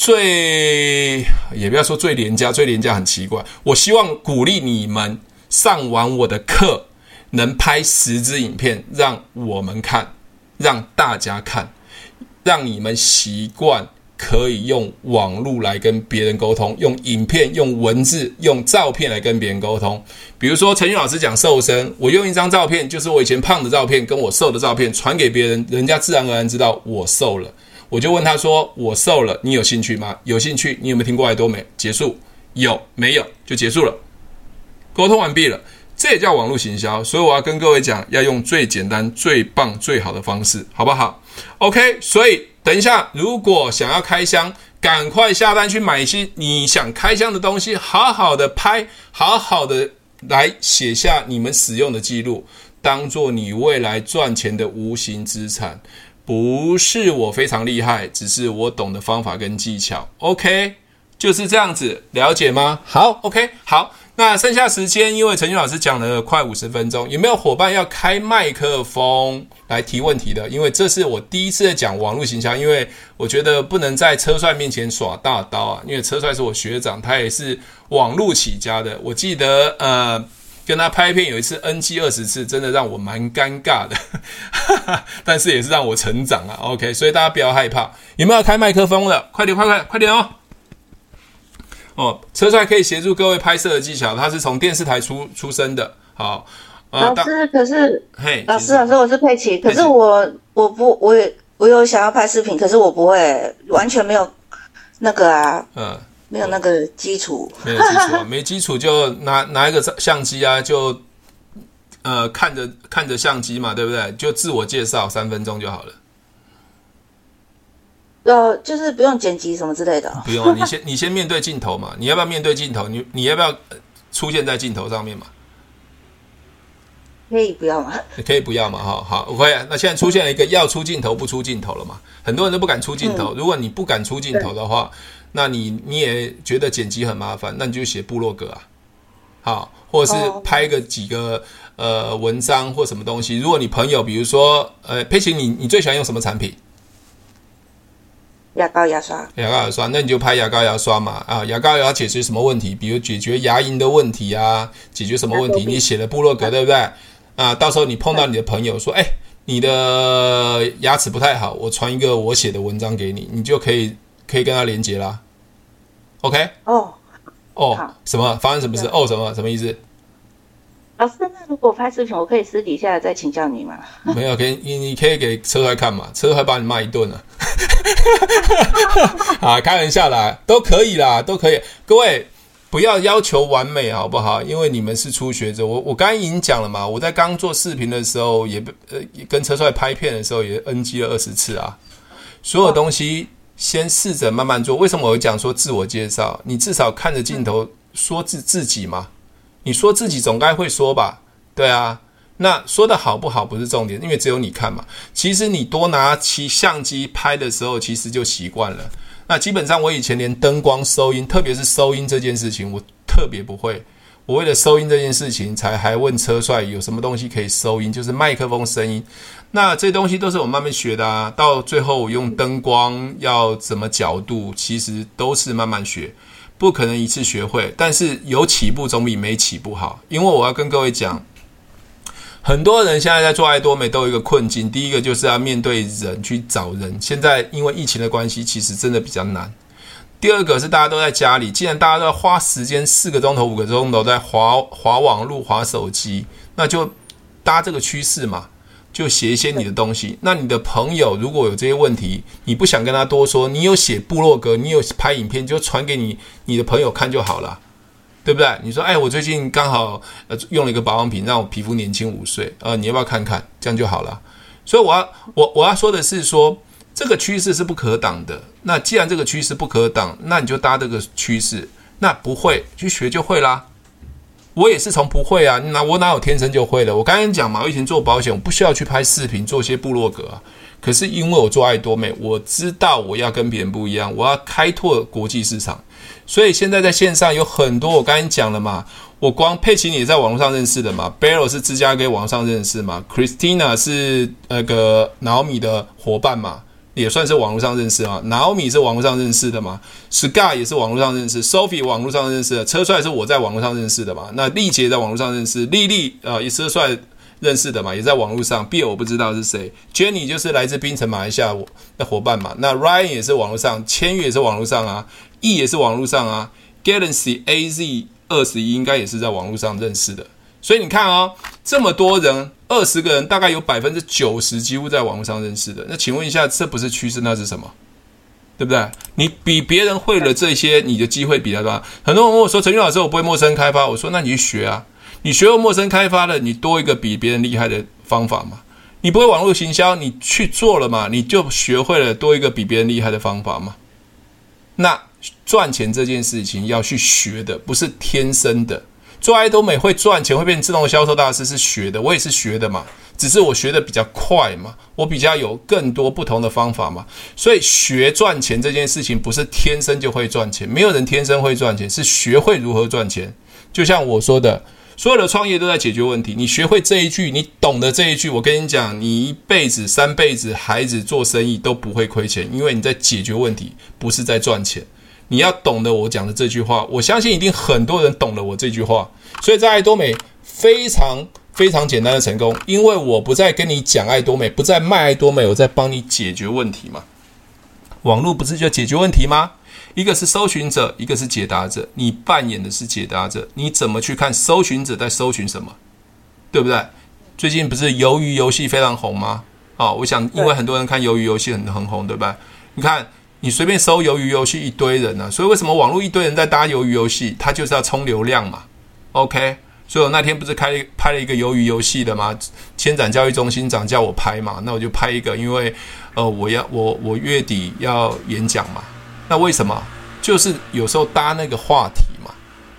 也不要说最廉价很奇怪，我希望鼓励你们上完我的课，能拍10支影片让我们看，让大家看，让你们习惯可以用网络来跟别人沟通，用影片、用文字、用照片来跟别人沟通。比如说陈俊老师讲瘦身，我用一张照片，就是我以前胖的照片跟我瘦的照片传给别人，人家自然而然知道我瘦了。我就问他说，我瘦了，你有兴趣吗？有兴趣，你有没有听过爱多美？结束。有没有就结束了，沟通完毕了。这也叫网络行销。所以我要跟各位讲，要用最简单、最棒、最好的方式，好不好？ OK， 所以等一下，如果想要开箱，赶快下单去买一些你想开箱的东西，好好的拍，好好的来写下你们使用的记录，当做你未来赚钱的无形资产。不是我非常厉害，只是我懂的方法跟技巧。 OK， 就是这样子，了解吗？好 OK， 好，那剩下时间，因为陈俊老师讲了快50分钟，有没有伙伴要开麦克风来提问题的？因为这是我第一次在讲网络行销，因为我觉得不能在车帅面前耍大刀啊，因为车帅是我学长，他也是网络起家的。我记得跟他拍片有一次 NG 20次，真的让我蛮尴尬的但是也是让我成长啊。 OK， 所以大家不要害怕。有没有开麦克风的？快点哦！车帅可以协助各位拍摄的技巧，他是从电视台出身的。好， 老师，可是老师，我是佩奇，可是我有想要拍视频，可是我不会，完全没有那个啊，没有那个基础， 没有基础啊，没基础就拿一个相机啊，就看着相机嘛，对不对？就自我介绍3分钟就好了。 就是不用剪辑什么之类的。 不用啊，你先面对镜头嘛，你要不要面对镜头？你要不要出现在镜头上面嘛？ 可以不要吗？ 可以不要嘛，好 OK。那现在出现了一个要出镜头不出镜头了嘛？很多人都不敢出镜头。如果你不敢出镜头的话，那你也觉得剪辑很麻烦，那你就写部落格啊，好，或者是拍几个文章或什么东西。如果你朋友，比如说佩奇，你最喜欢用什么产品？ 牙膏牙刷， 那你就拍牙膏牙刷嘛，牙膏牙刷解决什么问题？比如解决牙龈的问题啊，解决什么问题？你写了部落格，对不对？到时候你碰到你的朋友说，你的牙齿不太好，我传一个我写的文章给你，你就可以跟他连结啦。OK？ 什么发生什么事？什么意思？ 老师，那如果拍视频，我可以私底下再请教你吗？ 没有，你可以给车帅看嘛，车帅把你骂一顿啊！开玩笑啦，都可以啦，都可以。各位不要要求完美，好不好？因为你们是初学者。我刚才已经讲了嘛，我在刚做视频的时候，也跟车帅拍片的时候，也 NG 了20次啊。所有东西先试着慢慢做。为什么我会讲说自我介绍？你至少看着镜头说自己嘛。你说自己总该会说吧，对啊，那说的好不好不是重点，因为只有你看嘛。其实你多拿起相机拍的时候，其实就习惯了。那基本上我以前连灯光收音，特别是收音这件事情，我特别不会。我为了收音这件事情，还问车帅有什么东西可以收音，就是麦克风声音。那这东西都是我慢慢学的啊。到最后我用灯光要怎么角度，其实都是慢慢学。不可能一次学会，但是有起步总比没起步好。因为我要跟各位讲，很多人现在在做爱多美都有一个困境，第一个就是要面对人去找人，现在因为疫情的关系，其实真的比较难。第二个是大家都在家里，既然大家都要花时间4个钟头、5个钟头在滑网路、滑手机，那就搭这个趋势嘛。就写一些你的东西，那你的朋友如果有这些问题，你不想跟他多说，你有写部落格，你有拍影片，就传给你的朋友看就好了，对不对？你说，我最近刚好用了一个保养品，让我皮肤年轻5岁，你要不要看看？这样就好了。所以我要说的是说，这个趋势是不可挡的。那既然这个趋势不可挡，那你就搭这个趋势，那不会去学就会啦。我也是从不会啊，我哪有天生就会的？我刚才讲嘛，我以前做保险，我不需要去拍视频，做些部落格啊。可是因为我做爱多美，我知道我要跟别人不一样，我要开拓国际市场。所以现在在线上有很多，我刚才讲了嘛，我光佩奇你也在网络上认识的嘛 ，Barrow 是芝加哥网络上认识嘛 ，Christina 是那个 Naomi 的伙伴嘛。也算是网络上认识啊，Naomi 是网络上认识的嘛 ，Sky 也是网络上认识 ，Sophie 网络上认识的，车帅是我在网络上认识的嘛，那丽姐在网络上认识，丽丽也是车帅认识的嘛，也在网络上 ，Bill 我不知道是谁 ，Jenny 就是来自槟城马来西亚的伙伴嘛，那 Ryan 也是网络上，千羽也是网络上啊 ，E 也是网络上啊 ，Galaxy AZ21应该也是在网络上认识的，所以你看哦，这么多人。20个人大概有90%几乎在网络上认识的，那请问一下，这不是趋势，那是什么？对不对？你比别人会了这些，你的机会比他大。很多人问我说：“陈俊老师，我不会陌生开发。”我说：“那你去学啊，你学过陌生开发的，你多一个比别人厉害的方法嘛。你不会网络行销，你去做了嘛，你就学会了多一个比别人厉害的方法嘛。那赚钱这件事情要去学的，不是天生的。”做爱多美会赚钱，会变成自动的销售大师是学的，我也是学的嘛，只是我学的比较快嘛，我比较有更多不同的方法嘛，所以学赚钱这件事情不是天生就会赚钱，没有人天生会赚钱，是学会如何赚钱。就像我说的，所有的创业都在解决问题，你学会这一句，你懂得这一句，我跟你讲，你一辈子、3辈子、孩子做生意都不会亏钱，因为你在解决问题，不是在赚钱。你要懂得我讲的这句话，我相信一定很多人懂了我这句话，所以在爱多美非常非常简单的成功，因为我不再跟你讲爱多美，不再卖爱多美，我在帮你解决问题嘛。网络不是就解决问题吗？一个是搜寻者，一个是解答者，你扮演的是解答者，你怎么去看搜寻者在搜寻什么，对不对？最近不是鱿鱼游戏非常红吗？我想因为很多人看鱿鱼游戏很红，对吧？你看你随便搜鱿鱼游戏一堆人啊，所以为什么网络一堆人在搭鱿鱼游戏？他就是要冲流量嘛。OK， 所以我那天不是拍了一个鱿鱼游戏的吗？千展教育中心长叫我拍嘛，那我就拍一个，因为我月底要演讲嘛。那为什么？就是有时候搭那个话题嘛。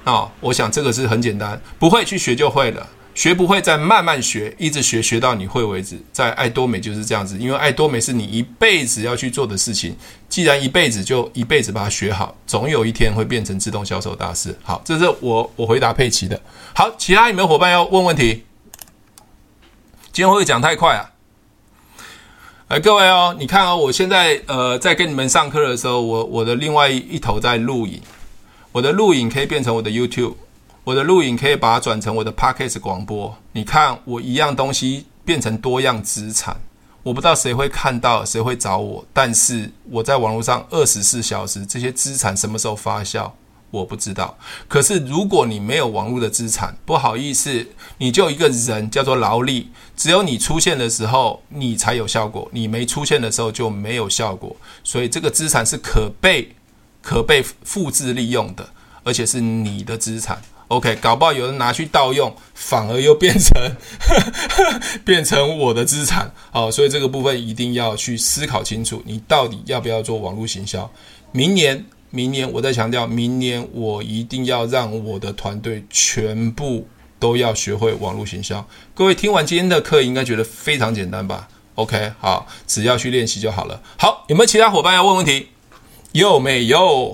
我想这个是很简单，不会去学就会了，学不会再慢慢学，一直学到你会为止。在爱多美就是这样子，因为爱多美是你一辈子要去做的事情，既然一辈子就一辈子把它学好，总有一天会变成自动销售大师。好，这是我回答佩奇的。好，其他有没有伙伴要问问题？今天会不会讲太快啊？各位哦，你看哦，我现在在跟你们上课的时候，我的另外一头在录影，我的录影可以变成我的 YouTube， 我的录影可以把它转成我的 Podcast 广播。你看我一样东西变成多样资产，我不知道谁会看到，谁会找我，但是我在网络上24小时，这些资产什么时候发酵我不知道。可是如果你没有网络的资产，不好意思，你就一个人叫做劳力，只有你出现的时候你才有效果，你没出现的时候就没有效果。所以这个资产是可被复制利用的，而且是你的资产。OK， 搞不好有人拿去盗用，反而又变成我的资产。所以这个部分一定要去思考清楚，你到底要不要做网络行销。明年我在强调，明年我一定要让我的团队全部都要学会网络行销。各位听完今天的课应该觉得非常简单吧？ OK， 好，只要去练习就好了。好，有没有其他伙伴要问问题？有没有？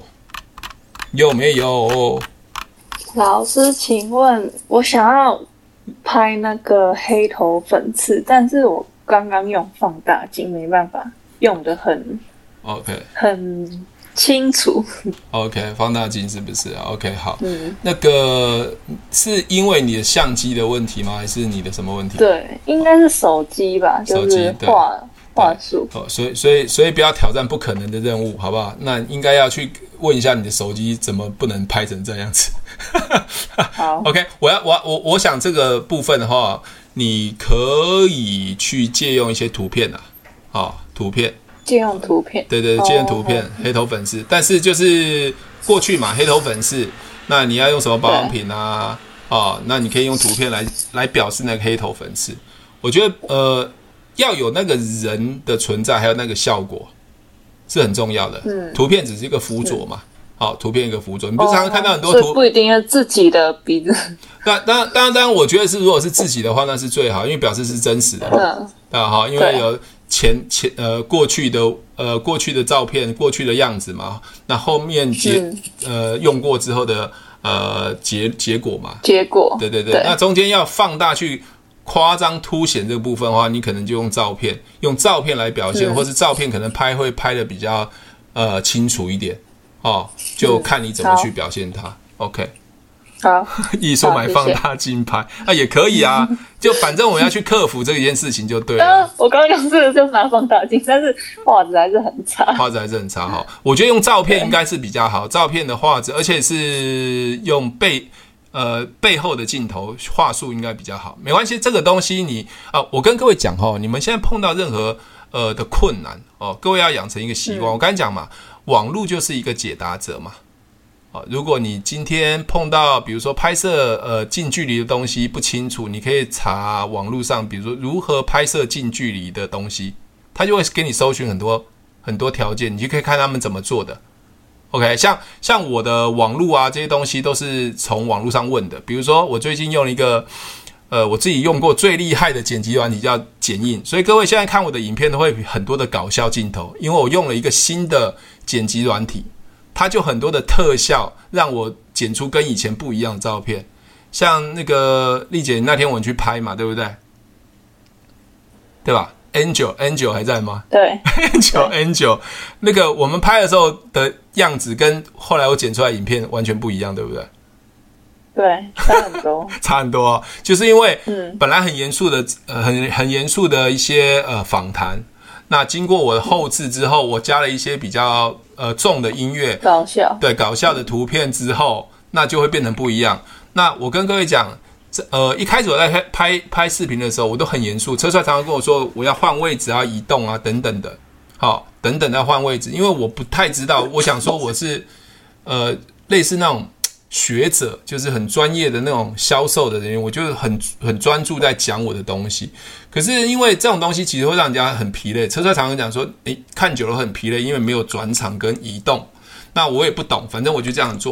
老师，请问我想要拍那个黑头粉刺，但是我刚刚用放大镜没办法用得很 OK 很清楚。 OK， 放大镜是不是 ？OK， 好。那个是因为你的相机的问题吗？还是你的什么问题？ 对，应该是手机吧，就是话术。 所以不要挑战不可能的任务，好不好？那应该要去问一下你的手机怎么不能拍成这样子。 好 ，OK， 我想这个部分的话，你可以去借用一些图片图片。 借用图片， 对，借用图片，黑头粉刺。但是就是过去嘛，黑头粉刺，那你要用什么保养品啊？那你可以用图片来表示那个黑头粉刺。我觉得要有那个人的存在，还有那个效果是很重要的。图片只是一个辅佐嘛。图片一个辅佐，你不是常常看到很多图， 所以不一定要自己的鼻子。 当然，我觉得如果是自己的话，那是最好，因为表示是真实的。因为有过去的照片，过去的样子嘛，那后面用过之后的结果嘛。结果，对，那中间要放大去夸张凸显这个部分的话，你可能就用照片来表现，或是照片可能会拍的比较清楚一点。就看你怎么去表现它。OK， 好， 一说买放大镜拍也可以啊，就反正我要去克服这件事情就对了。 我刚刚用就拿放大镜，但是画质还是很差。 好，我觉得用照片应该是比较好，照片的画质，而且是用背后的镜头画素应该比较好。没关系，这个东西我跟各位讲你们现在碰到任何的困难各位要养成一个习惯。我刚才讲嘛。网络就是一个解答者嘛，如果你今天碰到比如说拍摄近距离的东西不清楚，你可以查网络上，比如说如何拍摄近距离的东西，它就会给你搜寻很多条件，你就可以看他们怎么做的。OK， 像我的网络啊这些东西都是从网络上问的，比如说我最近用了一个我自己用过最厉害的剪辑软体叫剪映，所以各位现在看我的影片都会很多的搞笑镜头，因为我用了一个新的剪辑软体，它就很多的特效让我剪出跟以前不一样的照片。像那个丽姐那天我们去拍嘛，对不对？对吧？ Angel 还在吗？ 对 Angel 那个我们拍的时候的样子跟后来我剪出来的影片完全不一样，对不对？ 对，差很多就是因为本来很严肃的很严肃的一些访谈，那经过我的后制之后，我加了一些比较重的音乐，搞笑的图片之后，那就会变成不一样。那我跟各位讲，一开始我在拍视频的时候，我都很严肃，车帅常常跟我说我要换位置啊、移动啊等等的，等等要换位置，因为我不太知道，我想说我是类似那种学者，就是很专业的那种销售的人员，我就很专注在讲我的东西。可是因为这种东西其实会让人家很疲累，车帅常常讲说看久了很疲累，因为没有转场跟移动。那我也不懂，反正我就这样做。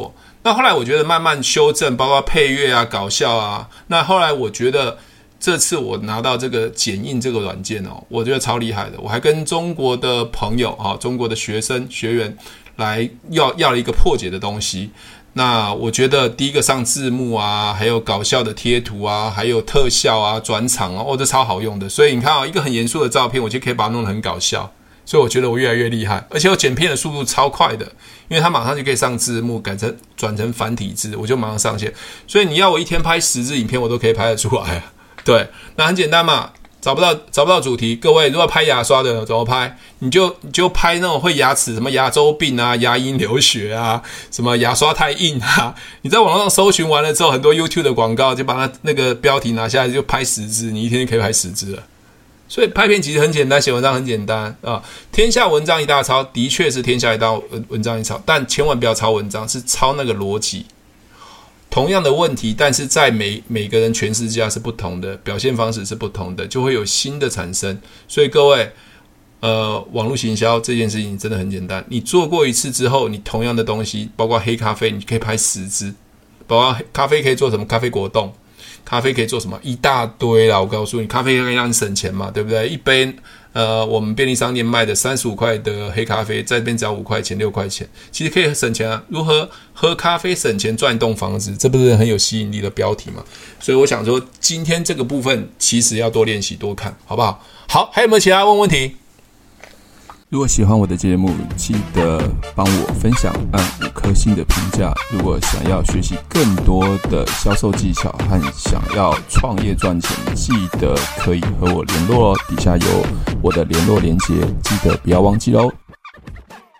那后来我觉得慢慢修正，包括配乐啊、搞笑啊。那后来我觉得这次我拿到这个剪映这个软件哦，我觉得超厉害的。我还跟中国的朋友啊、中国的学员来要了一个破解的东西。那我觉得第一个上字幕啊，还有搞笑的贴图啊，还有特效啊、转场啊，这超好用的。所以你看啊，一个很严肃的照片，我就可以把它弄得很搞笑。所以我觉得我越来越厉害，而且我剪片的速度超快的，因为它马上就可以上字幕，转成繁体字，我就马上上线。所以你要我一天拍10支影片，我都可以拍得出来啊。对，那很简单嘛，找不到主题。各位如果拍牙刷的怎么拍？你就拍那种会牙齿什么牙周病啊、牙龈流血啊、什么牙刷太硬啊。你在网络上搜寻完了之后，很多 YouTube 的广告就把它那个标题拿下来，就拍10支，你一天就可以拍10支了。所以拍片其实很简单，写文章很简单啊。天下文章一大抄，的确是天下一大文章一抄，但千万不要抄文章，是抄那个逻辑。同样的问题，但是在每个人诠释下是不同的，表现方式是不同的，就会有新的产生。所以各位，网络行销这件事情真的很简单，你做过一次之后，你同样的东西，包括黑咖啡，你可以拍10支，包括咖啡可以做什么咖啡果冻。咖啡可以做什么？一大堆啦！我告诉你，咖啡可以让你省钱嘛，对不对？一杯我们便利商店卖的35块的黑咖啡，在这边只要5块钱、6块钱，其实可以省钱啊！如何喝咖啡省钱赚一栋房子？这不是很有吸引力的标题吗？所以我想说，今天这个部分其实要多练习、多看，好不好？好，还有没有其他问题？ 如果喜欢我的节目，记得帮我分享，按5颗星的评价。如果想要学习更多的销售技巧和想要创业赚钱，记得可以和我联络哦。底下有我的联络连结，记得不要忘记哦。